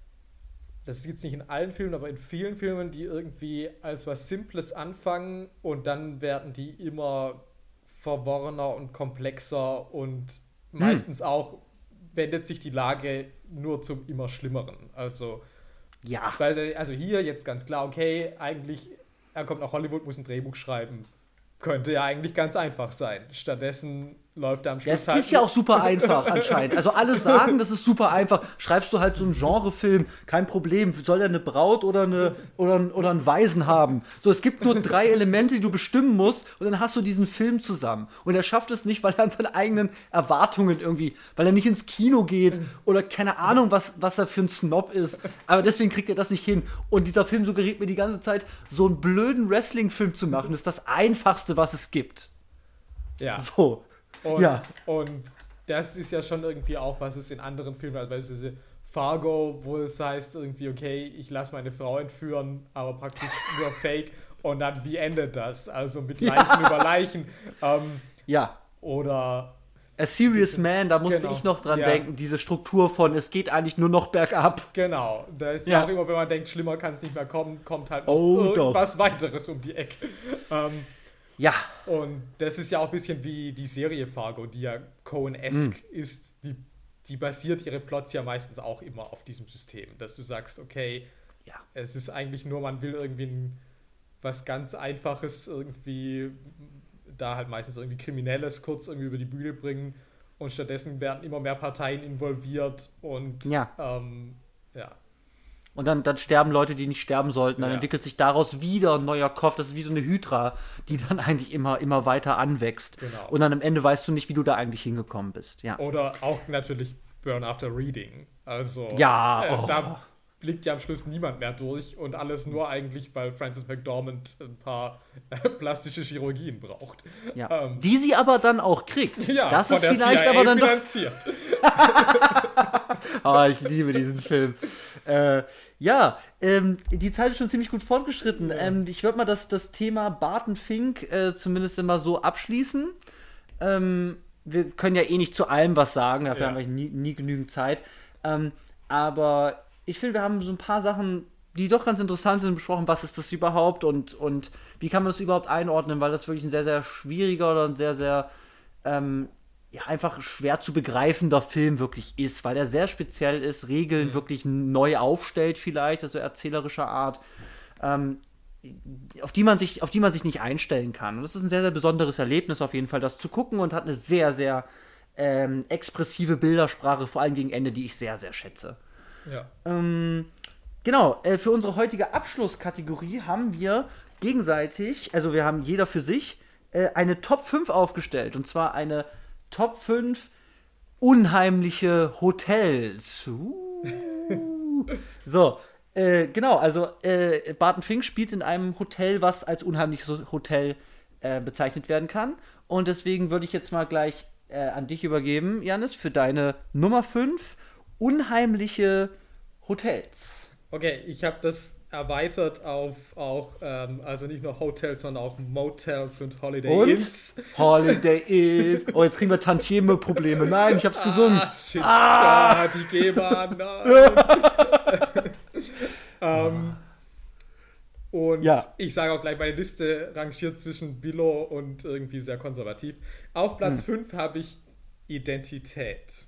das gibt es nicht in allen Filmen, aber in vielen Filmen, die irgendwie als was Simples anfangen und dann werden die immer verworrener und komplexer und hm. meistens auch wendet sich die Lage nur zum immer Schlimmeren. Also, ja. also hier jetzt ganz klar, okay, eigentlich, er kommt nach Hollywood, muss ein Drehbuch schreiben. Könnte ja eigentlich ganz einfach sein. Stattdessen läuft er am Schluss ja, es halt ist ja auch super einfach anscheinend. Also alle sagen, das ist super einfach. Schreibst du halt so einen Genrefilm, kein Problem. Soll er eine Braut oder, eine, oder, oder einen Waisen haben? So, es gibt nur drei Elemente, die du bestimmen musst und dann hast du diesen Film zusammen. Und er schafft es nicht, weil er an seinen eigenen Erwartungen irgendwie, weil er nicht ins Kino geht oder keine Ahnung, was, was er für ein Snob ist. Aber deswegen kriegt er das nicht hin. Und dieser Film suggeriert mir die ganze Zeit, so einen blöden Wrestling-Film zu machen, ist das Einfachste, was es gibt. Ja. So. Und, ja. und das ist ja schon irgendwie auch, was es in anderen Filmen, also beispielsweise Fargo, wo es heißt irgendwie, okay, ich lasse meine Frau entführen, aber praktisch nur Fake. Und dann, wie endet das? Also mit Leichen ja. über Leichen. Ähm, ja. Oder A Serious Man, da musste genau. ich noch dran ja. denken, diese Struktur von, es geht eigentlich nur noch bergab. Genau, da ist ja, ja auch immer, wenn man denkt, schlimmer kann es nicht mehr kommen, kommt halt noch oh, irgendwas doch. weiteres um die Ecke. Ähm, Ja. Und das ist ja auch ein bisschen wie die Serie Fargo, die ja Coen-esque mm. ist. Die, die basiert ihre Plots ja meistens auch immer auf diesem System, dass du sagst, okay, ja. es ist eigentlich nur, man will irgendwie ein, was ganz Einfaches irgendwie, da halt meistens irgendwie Kriminelles kurz irgendwie über die Bühne bringen und stattdessen werden immer mehr Parteien involviert und Ja. ähm, ja. Und dann, dann sterben Leute, die nicht sterben sollten. Dann Ja. entwickelt sich daraus wieder ein neuer Kopf. Das ist wie so eine Hydra, die dann eigentlich immer, immer weiter anwächst. Genau. Und dann am Ende weißt du nicht, wie du da eigentlich hingekommen bist. Ja, Oder auch natürlich Burn After Reading. Also Ja, äh, oh. da blickt ja am Schluss niemand mehr durch und alles nur eigentlich, weil Frances McDormand ein paar äh, plastische Chirurgien braucht. ja. Ähm, Die sie aber dann auch kriegt. ja, das von ist der vielleicht C I A aber dann doch. finanziert. Oh, ich liebe diesen Film. Äh, ja, ähm, die Zeit ist schon ziemlich gut fortgeschritten. Ja. Ähm, ich würde mal das, das Thema Barton Fink äh, zumindest immer so abschließen. Ähm, wir können ja eh nicht zu allem was sagen, dafür Ja. haben wir nie, nie genügend Zeit. Ähm, aber ich finde, wir haben so ein paar Sachen, die doch ganz interessant sind, besprochen. Was ist das überhaupt und, und wie kann man das überhaupt einordnen, weil das wirklich ein sehr, sehr schwieriger oder ein sehr, sehr ähm, ja, einfach schwer zu begreifender Film wirklich ist, weil er sehr speziell ist, Regeln Mhm. wirklich neu aufstellt vielleicht, also erzählerischer Art, ähm, auf die man sich, auf die man sich nicht einstellen kann. Und das ist ein sehr, sehr besonderes Erlebnis auf jeden Fall, das zu gucken und hat eine sehr, sehr ähm, expressive Bildersprache, vor allem gegen Ende, die ich sehr, sehr schätze. Ja. Ähm, genau, äh, für unsere heutige Abschlusskategorie haben wir gegenseitig, also wir haben jeder für sich, äh, eine Top fünf aufgestellt. Und zwar eine Top fünf unheimliche Hotels. Uh. So, äh, genau, also äh, Barton Fink spielt in einem Hotel, was als unheimliches Hotel äh, bezeichnet werden kann. Und deswegen würde ich jetzt mal gleich äh, an dich übergeben, Janis, für deine Nummer fünf unheimliche Hotels. Okay, ich habe das erweitert auf auch, ähm, also nicht nur Hotels, sondern auch Motels und Holiday Und? Inns. Holiday is. Oh, jetzt kriegen wir Tantieme-Probleme. Nein, ich hab's gesungen. Ah, shit. Ah, die GEMA, nein. ähm, und Ja. ich sage auch gleich, meine Liste rangiert zwischen Billo und irgendwie sehr konservativ. Auf Platz Hm. fünf habe ich Identität.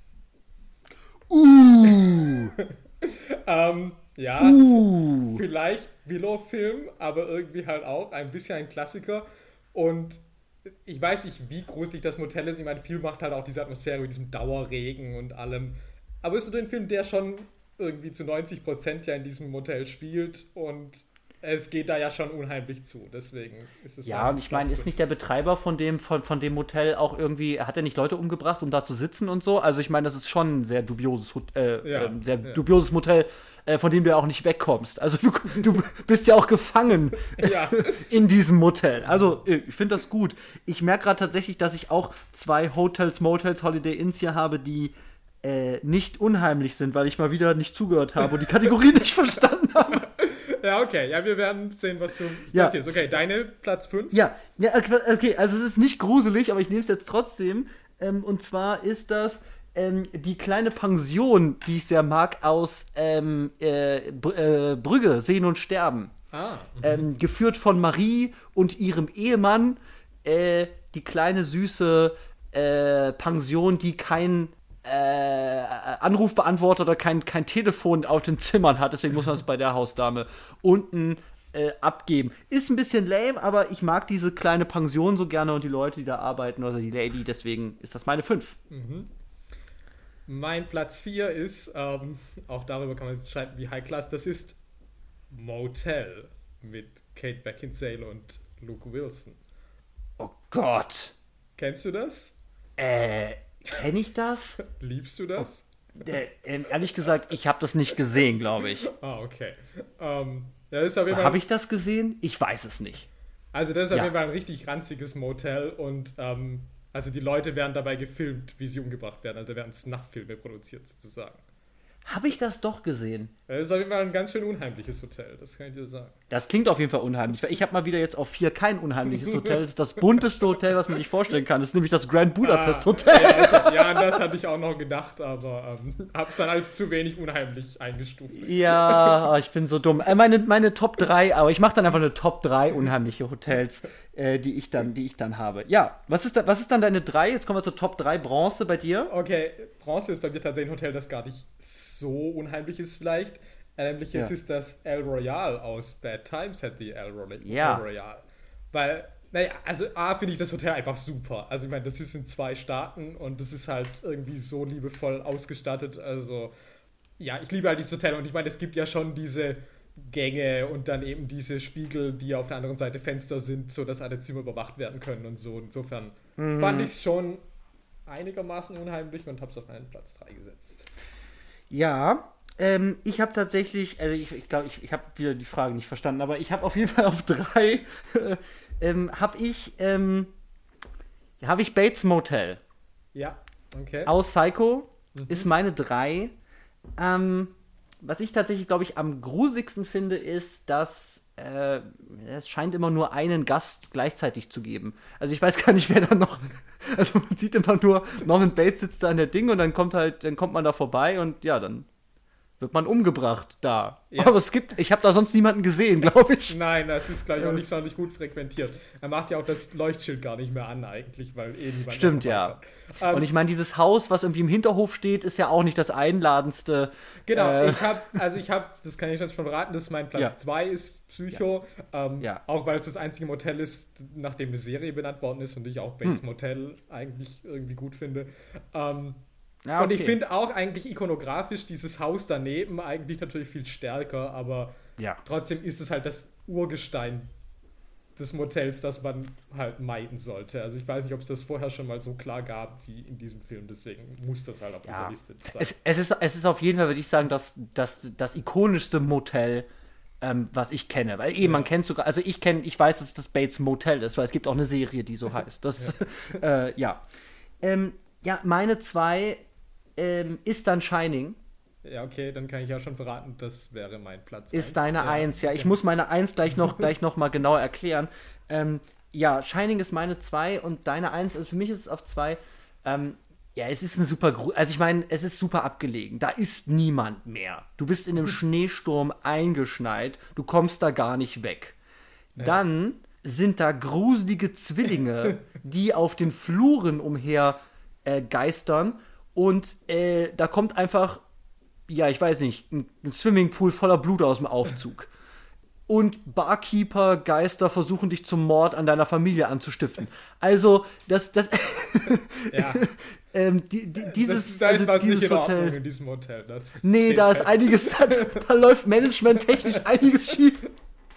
Uh. Ähm, ja, Uh. vielleicht Willow-Film, aber irgendwie halt auch ein bisschen ein Klassiker. Und ich weiß nicht, wie gruselig das Motel ist. Ich meine, viel macht halt auch diese Atmosphäre mit diesem Dauerregen und allem. Aber es ist so ein Film, der schon irgendwie zu neunzig Prozent ja in diesem Motel spielt und es geht da ja schon unheimlich zu. Deswegen ist es. Ja, und ich meine, ist nicht der Betreiber von dem, von, von dem Motel auch irgendwie, hat er nicht Leute umgebracht, um da zu sitzen und so? Also ich meine, das ist schon ein sehr dubioses, Hot- äh, Ja, ähm, sehr ja. dubioses Motel, äh, von dem du ja auch nicht wegkommst. Also du, du bist ja auch gefangen Ja. in diesem Motel. Also äh, ich finde das gut. Ich merke gerade tatsächlich, dass ich auch zwei Hotels, Motels, Holiday Inns hier habe, die äh, nicht unheimlich sind, weil ich mal wieder nicht zugehört habe und die Kategorie nicht verstanden habe. Ja, okay. Ja, wir werden sehen, was du Ja. erzählst. Okay, deine Platz fünf. Ja, ja, okay, also es ist nicht gruselig, aber ich nehme es jetzt trotzdem. Ähm, und zwar ist das ähm, die kleine Pension, die ich sehr mag, aus ähm, äh, Br- äh, Brügge, Sehen und Sterben. Ah. Ähm, geführt von Marie und ihrem Ehemann. Äh, die kleine, süße äh, Pension, die kein äh, Anrufbeantworter oder kein, kein Telefon auf den Zimmern hat. Deswegen muss man es bei der Hausdame unten äh, abgeben. Ist ein bisschen lame, aber ich mag diese kleine Pension so gerne und die Leute, die da arbeiten oder die Lady. Deswegen ist das meine fünf. Mhm. Mein Platz vier ist, ähm, auch darüber kann man jetzt streiten, wie High Class das ist, Motel mit Kate Beckinsale und Luke Wilson. Oh Gott. Kennst du das? Äh, kenne ich das? Liebst du das? Äh, ähm, ehrlich gesagt, ich habe das nicht gesehen, glaube ich. Ah, okay. Ähm, ja, das ist auf jeden Fall, Habe ich das gesehen? Ich weiß es nicht. also das ist auf Ja. jeden Fall ein richtig ranziges Motel und ähm, also die Leute werden dabei gefilmt, wie sie umgebracht werden. Also da werden Snuff-Filme produziert sozusagen. Habe ich das doch gesehen? Das ist auf jeden Fall ein ganz schön unheimliches Hotel, das kann ich dir sagen. Das klingt auf jeden Fall unheimlich, weil ich habe mal wieder jetzt auf vier kein unheimliches Hotel. Das ist das bunteste Hotel, was man sich vorstellen kann. Das ist nämlich das Grand Budapest Hotel. Ah, ja, okay. Ja, an das hatte ich auch noch gedacht, aber ähm, hab's dann als zu wenig unheimlich eingestuft. Ja, oh, ich bin so dumm. Äh, meine, meine Top drei, aber ich mache dann einfach eine Top drei unheimliche Hotels, äh, die, ich dann, die ich dann habe. Ja, was ist, da, was ist dann deine drei? Jetzt kommen wir zur Top drei Bronze bei dir. Okay, Bronze ist bei mir tatsächlich ein Hotel, das gar nicht so unheimlich ist vielleicht. Nämlich Ja. es ist das El Royale aus Bad Times at the El, Roy Ja. El Royale. Weil Naja, also A, finde ich das Hotel einfach super. Also ich meine, das ist in zwei Staaten und das ist halt irgendwie so liebevoll ausgestattet. Also ja, ich liebe halt dieses Hotel und ich meine, es gibt ja schon diese Gänge und dann eben diese Spiegel, die auf der anderen Seite Fenster sind, sodass alle Zimmer überwacht werden können und so. Insofern mhm. fand ich es schon einigermaßen unheimlich und habe es auf meinen Platz drei gesetzt. Ja, ähm, ich habe tatsächlich, also ich glaube, ich, glaub, ich, ich habe wieder die Frage nicht verstanden, aber ich habe auf jeden Fall auf drei, ähm, habe ich, ähm, habe ich Bates Motel. Ja, okay. Aus Psycho mhm. ist meine drei. Ähm, was ich tatsächlich, glaube ich, am gruseligsten finde, ist, dass äh, es scheint immer nur einen Gast gleichzeitig zu geben. Also ich weiß gar nicht, wer da noch. Also man sieht immer nur, Norman Bates sitzt da an der Ding und dann kommt halt, dann kommt man da vorbei und ja, dann wird man umgebracht da. Ja. Aber es gibt, ich habe da sonst niemanden gesehen, glaube ich. Nein, das ist, glaube ich, auch nicht sonderlich gut frequentiert. Er macht ja auch das Leuchtschild gar nicht mehr an eigentlich, weil eh niemand. Stimmt, ja. Ähm, und ich meine, dieses Haus, was irgendwie im Hinterhof steht, ist ja auch nicht das einladendste. Genau, äh, ich habe, also ich habe, das kann ich jetzt schon verraten, dass mein Platz zwei ja. ist Psycho. Ja. Ähm, ja. Auch weil es das einzige Motel ist, nachdem eine Serie benannt worden ist und ich auch Bates hm. Motel eigentlich irgendwie gut finde. Ähm, Ja, okay. Und ich finde auch eigentlich ikonografisch dieses Haus daneben eigentlich natürlich viel stärker, aber ja. trotzdem ist es halt das Urgestein des Motels, das man halt meiden sollte. Also ich weiß nicht, ob es das vorher schon mal so klar gab wie in diesem Film, deswegen muss das halt auf ja. dieser Liste sein. Es, es, ist, es ist auf jeden Fall, würde ich sagen, das, das, das ikonischste Motel, ähm, was ich kenne. Weil eben, ja. man kennt sogar, also ich kenne, ich weiß, dass das Bates Motel ist, weil es gibt auch eine Serie, die so heißt. Das, ja. äh, ja. Ähm, ja, meine zwei Ähm, ist dann Shining. Ja, okay, dann kann ich ja schon verraten, das wäre mein Platz Ist eins. Deine ja, Eins, ja. Okay. Ich muss meine Eins gleich noch, gleich noch mal genauer erklären. Ähm, ja, Shining ist meine Zwei und deine Eins, also für mich ist es auf Zwei. Ähm, ja, es ist ein super, Gru- also ich meine, es ist super abgelegen. Da ist niemand mehr. Du bist in einem Schneesturm eingeschneit. Du kommst da gar nicht weg. Ja. Dann sind da gruselige Zwillinge, die auf den Fluren umher äh, geistern. Und äh, da kommt einfach, ja, ich weiß nicht, ein, ein Swimmingpool voller Blut aus dem Aufzug. Und Barkeeper, Geister versuchen dich zum Mord an deiner Familie anzustiften. Also, das, das, ja. ähm, die, die, dieses, das, da ist also was dieses nicht in Hotel. Ordnung in diesem Hotel. Das nee, da ist einiges, da, da läuft managementtechnisch einiges schief.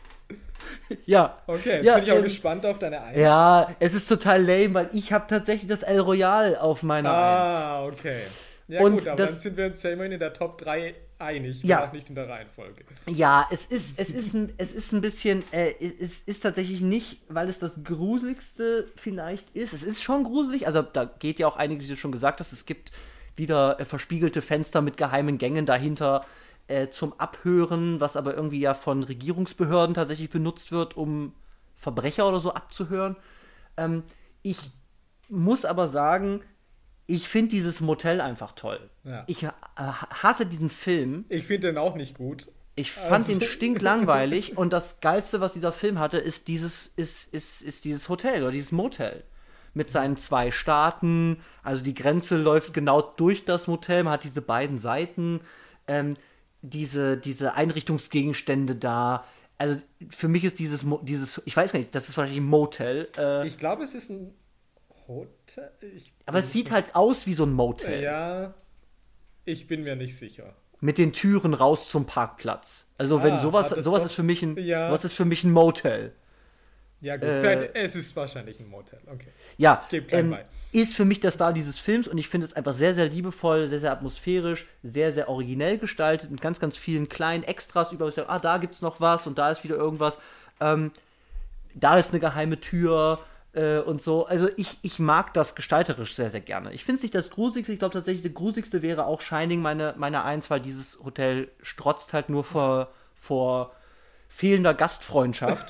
Ja. Okay, jetzt ja, bin ich auch ähm, gespannt auf deine Eins. Ja, es ist total lame, weil ich habe tatsächlich das El Royale auf meiner Eins. Ah, okay. Ja und gut, aber das, dann sind wir uns ja immerhin in der Top drei einig, ja. auch nicht in der Reihenfolge. Ja, es ist, es ist, ein, es ist ein bisschen, äh, es ist tatsächlich nicht, weil es das Gruseligste vielleicht ist. Es ist schon gruselig, also da geht ja auch einiges, wie du schon gesagt hast, es gibt wieder äh, verspiegelte Fenster mit geheimen Gängen dahinter äh, zum Abhören, was aber irgendwie ja von Regierungsbehörden tatsächlich benutzt wird, um Verbrecher oder so abzuhören. Ähm, ich muss aber sagen, ich finde dieses Motel einfach toll. Ja. Ich äh, hasse diesen Film. Ich finde den auch nicht gut. Ich fand also. ihn stinklangweilig und das Geilste, was dieser Film hatte, ist dieses, ist, ist, ist dieses Hotel oder dieses Motel. Mit seinen zwei Staaten, also die Grenze läuft genau durch das Motel, man hat diese beiden Seiten, ähm, diese, diese Einrichtungsgegenstände da. Also für mich ist dieses, dieses ich weiß gar nicht, das ist wahrscheinlich ein Motel. Äh, ich glaube, es ist ein Hotel? Ich aber es sieht halt aus wie so ein Motel. Ja, ich bin mir nicht sicher. Mit den Türen raus zum Parkplatz. Also ah, wenn sowas, sowas ist für mich ein, ja. was ist für mich ein Motel. Ja gut, äh, es ist wahrscheinlich ein Motel, okay. Ja, ich gebe ähm, bei. Ist für mich der Star dieses Films und ich finde es einfach sehr, sehr liebevoll, sehr, sehr atmosphärisch, sehr, sehr originell gestaltet, mit ganz, ganz vielen kleinen Extras über, ah, da gibt's noch was und da ist wieder irgendwas. Ähm, da ist eine geheime Tür äh, und so. Also ich, ich mag das gestalterisch sehr, sehr gerne. Ich finde es nicht das Gruseligste, ich glaube tatsächlich, der Gruseligste wäre auch Shining, meine, meine Eins, weil dieses Hotel strotzt halt nur vor, vor fehlender Gastfreundschaft.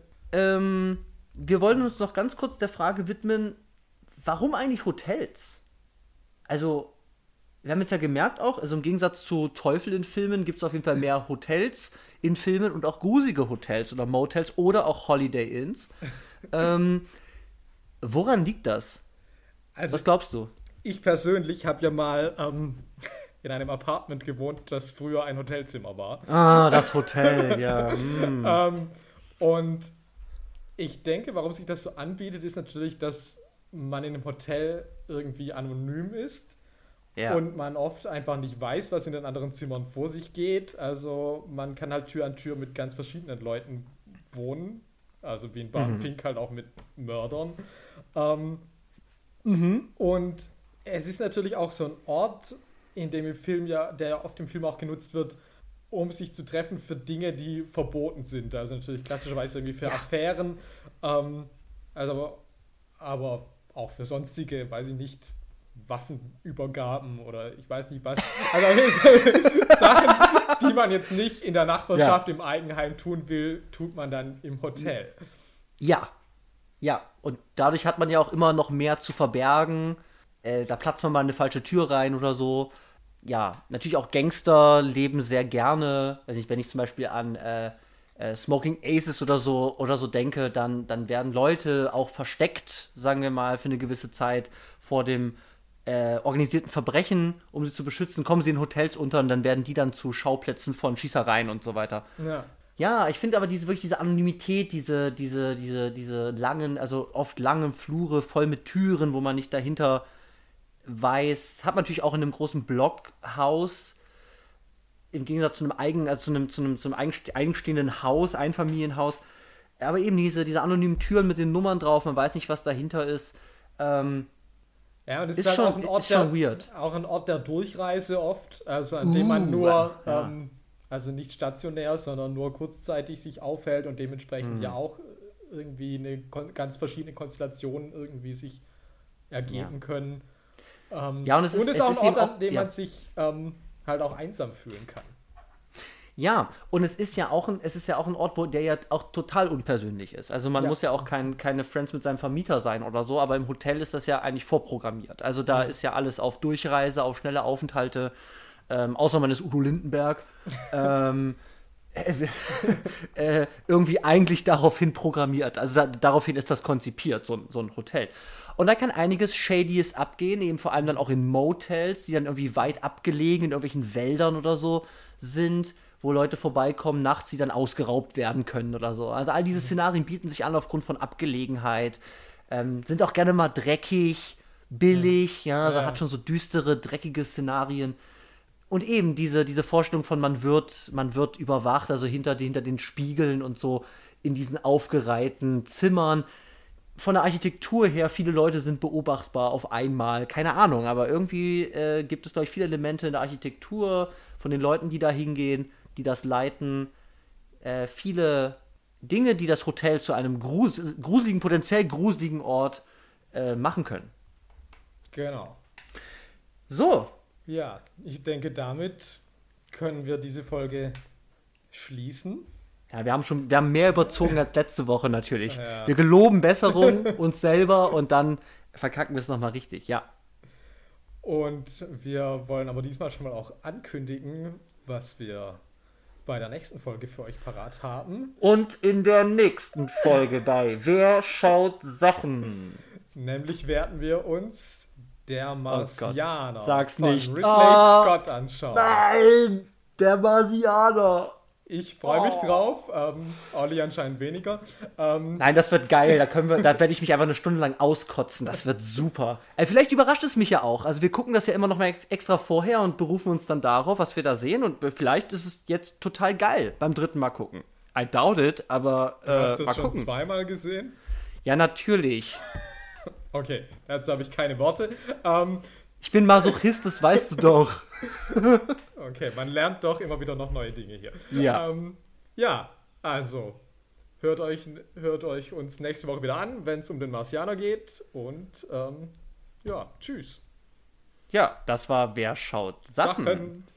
ähm, wir wollen uns noch ganz kurz der Frage widmen, warum eigentlich Hotels? Also, wir haben jetzt ja gemerkt auch, also im Gegensatz zu Teufel in Filmen gibt es auf jeden Fall mehr Hotels in Filmen und auch gruselige Hotels oder Motels oder auch Holiday Inns. ähm, woran liegt das? Also, was glaubst du? Ich persönlich habe ja mal ähm, in einem Apartment gewohnt, das früher ein Hotelzimmer war. Ah, das Hotel, ja. Mm. ähm, und Ich denke, warum sich das so anbietet, ist natürlich, dass man in einem Hotel irgendwie anonym ist. Ja. Und man oft einfach nicht weiß, was in den anderen Zimmern vor sich geht. Also man kann halt Tür an Tür mit ganz verschiedenen Leuten wohnen. Also wie in Barton mhm. Fink halt auch mit Mördern. Ähm, mhm. Und es ist natürlich auch so ein Ort, in dem im Film ja, der ja oft im Film auch genutzt wird, um sich zu treffen für Dinge, die verboten sind. Also natürlich klassischerweise irgendwie für ja. Affären. Ähm, also aber, aber auch für sonstige, weiß ich nicht, Waffenübergaben oder ich weiß nicht was. Also Sachen, die man jetzt nicht in der Nachbarschaft ja. im Eigenheim tun will, tut man dann im Hotel. Ja, ja. Und dadurch hat man ja auch immer noch mehr zu verbergen. Äh, da platzt man mal eine falsche Tür rein oder so. Ja, natürlich auch Gangster leben sehr gerne. Wenn ich, wenn ich zum Beispiel an äh, äh, Smoking Aces oder so oder so denke, dann, dann werden Leute auch versteckt, sagen wir mal, für eine gewisse Zeit vor dem Äh, organisierten Verbrechen, um sie zu beschützen, kommen sie in Hotels unter und dann werden die dann zu Schauplätzen von Schießereien und so weiter. Ja, ja ich finde aber diese wirklich diese Anonymität, diese, diese, diese, diese langen, also oft langen Flure voll mit Türen, wo man nicht dahinter weiß, hat man natürlich auch in einem großen Blockhaus, im Gegensatz zu einem eigen, also zu einem, zu einem, zu einem eigenstehenden Haus, Einfamilienhaus, aber eben diese, diese anonymen Türen mit den Nummern drauf, man weiß nicht, was dahinter ist. Ähm, Ja, und es ist, ist, halt schon, auch, ein Ort ist schon der, weird. auch ein Ort der Durchreise oft, also an dem man nur, uh, ja. ähm, also nicht stationär, sondern nur kurzzeitig sich aufhält und dementsprechend mm. ja auch irgendwie eine ganz verschiedene Konstellationen irgendwie sich ergeben ja. können. Ähm, ja, und es ist, und es es ist auch ist ein Ort, auch, an dem ja. man sich ähm, halt auch einsam fühlen kann. Ja, und es ist ja auch ein, es ist ja auch ein Ort, wo der ja auch total unpersönlich ist. Also man ja. muss ja auch kein, keine Friends mit seinem Vermieter sein oder so, aber im Hotel ist das ja eigentlich vorprogrammiert. Also da mhm. ist ja alles auf Durchreise, auf schnelle Aufenthalte, ähm, außer man ist Udo Lindenberg. ähm, äh, äh, irgendwie eigentlich daraufhin programmiert. Also da, daraufhin ist das konzipiert, so, so ein Hotel. Und da kann einiges Shadyes abgehen, eben vor allem dann auch in Motels, die dann irgendwie weit abgelegen in irgendwelchen Wäldern oder so sind, wo Leute vorbeikommen, nachts, die dann ausgeraubt werden können oder so. Also all diese Szenarien bieten sich an aufgrund von Abgelegenheit, ähm, sind auch gerne mal dreckig, billig, ja, also ja. hat schon so düstere, dreckige Szenarien. Und eben diese, diese Vorstellung von man wird, man wird überwacht, also hinter, hinter den Spiegeln und so in diesen aufgereihten Zimmern. Von der Architektur her, viele Leute sind beobachtbar auf einmal, keine Ahnung, aber irgendwie äh, gibt es, glaube ich, viele Elemente in der Architektur, von den Leuten, die da hingehen, die das leiten, äh, viele Dinge, die das Hotel zu einem grus- gruseligen, potenziell gruseligen Ort äh, machen können. Genau. So. Ja, ich denke, damit können wir diese Folge schließen. Ja, wir haben schon, wir haben mehr überzogen als letzte Woche natürlich. Ja. Wir geloben Besserung uns selber und dann verkacken wir es nochmal richtig, ja. Und wir wollen aber diesmal schon mal auch ankündigen, was wir bei der nächsten Folge für euch parat haben. Und in der nächsten Folge bei Wer schaut Sachen? Nämlich werden wir uns Der Marsianer oh Sag's von nicht. Ridley oh, Scott anschauen. Nein, der Marsianer. Ich freue mich oh. drauf. Ähm, Olli anscheinend weniger. Ähm, Nein, das wird geil. Da können wir, da werde ich mich einfach eine Stunde lang auskotzen. Das wird super. Äh, vielleicht überrascht es mich ja auch. Also wir gucken das ja immer noch mal extra vorher und berufen uns dann darauf, was wir da sehen. Und vielleicht ist es jetzt total geil beim dritten Mal gucken. I doubt it, aber äh, du hast das mal schon gucken. zweimal gesehen? Ja, natürlich. Okay, dazu habe ich keine Worte. Ähm, ich bin Masochist, das weißt du doch. Okay, man lernt doch immer wieder noch neue Dinge hier. Ja. Ähm, ja, also, hört euch, hört euch uns nächste Woche wieder an, wenn es um den Marsianer geht. Und, ähm, ja, tschüss. Ja, das war Wer schaut Sachen. Sachen.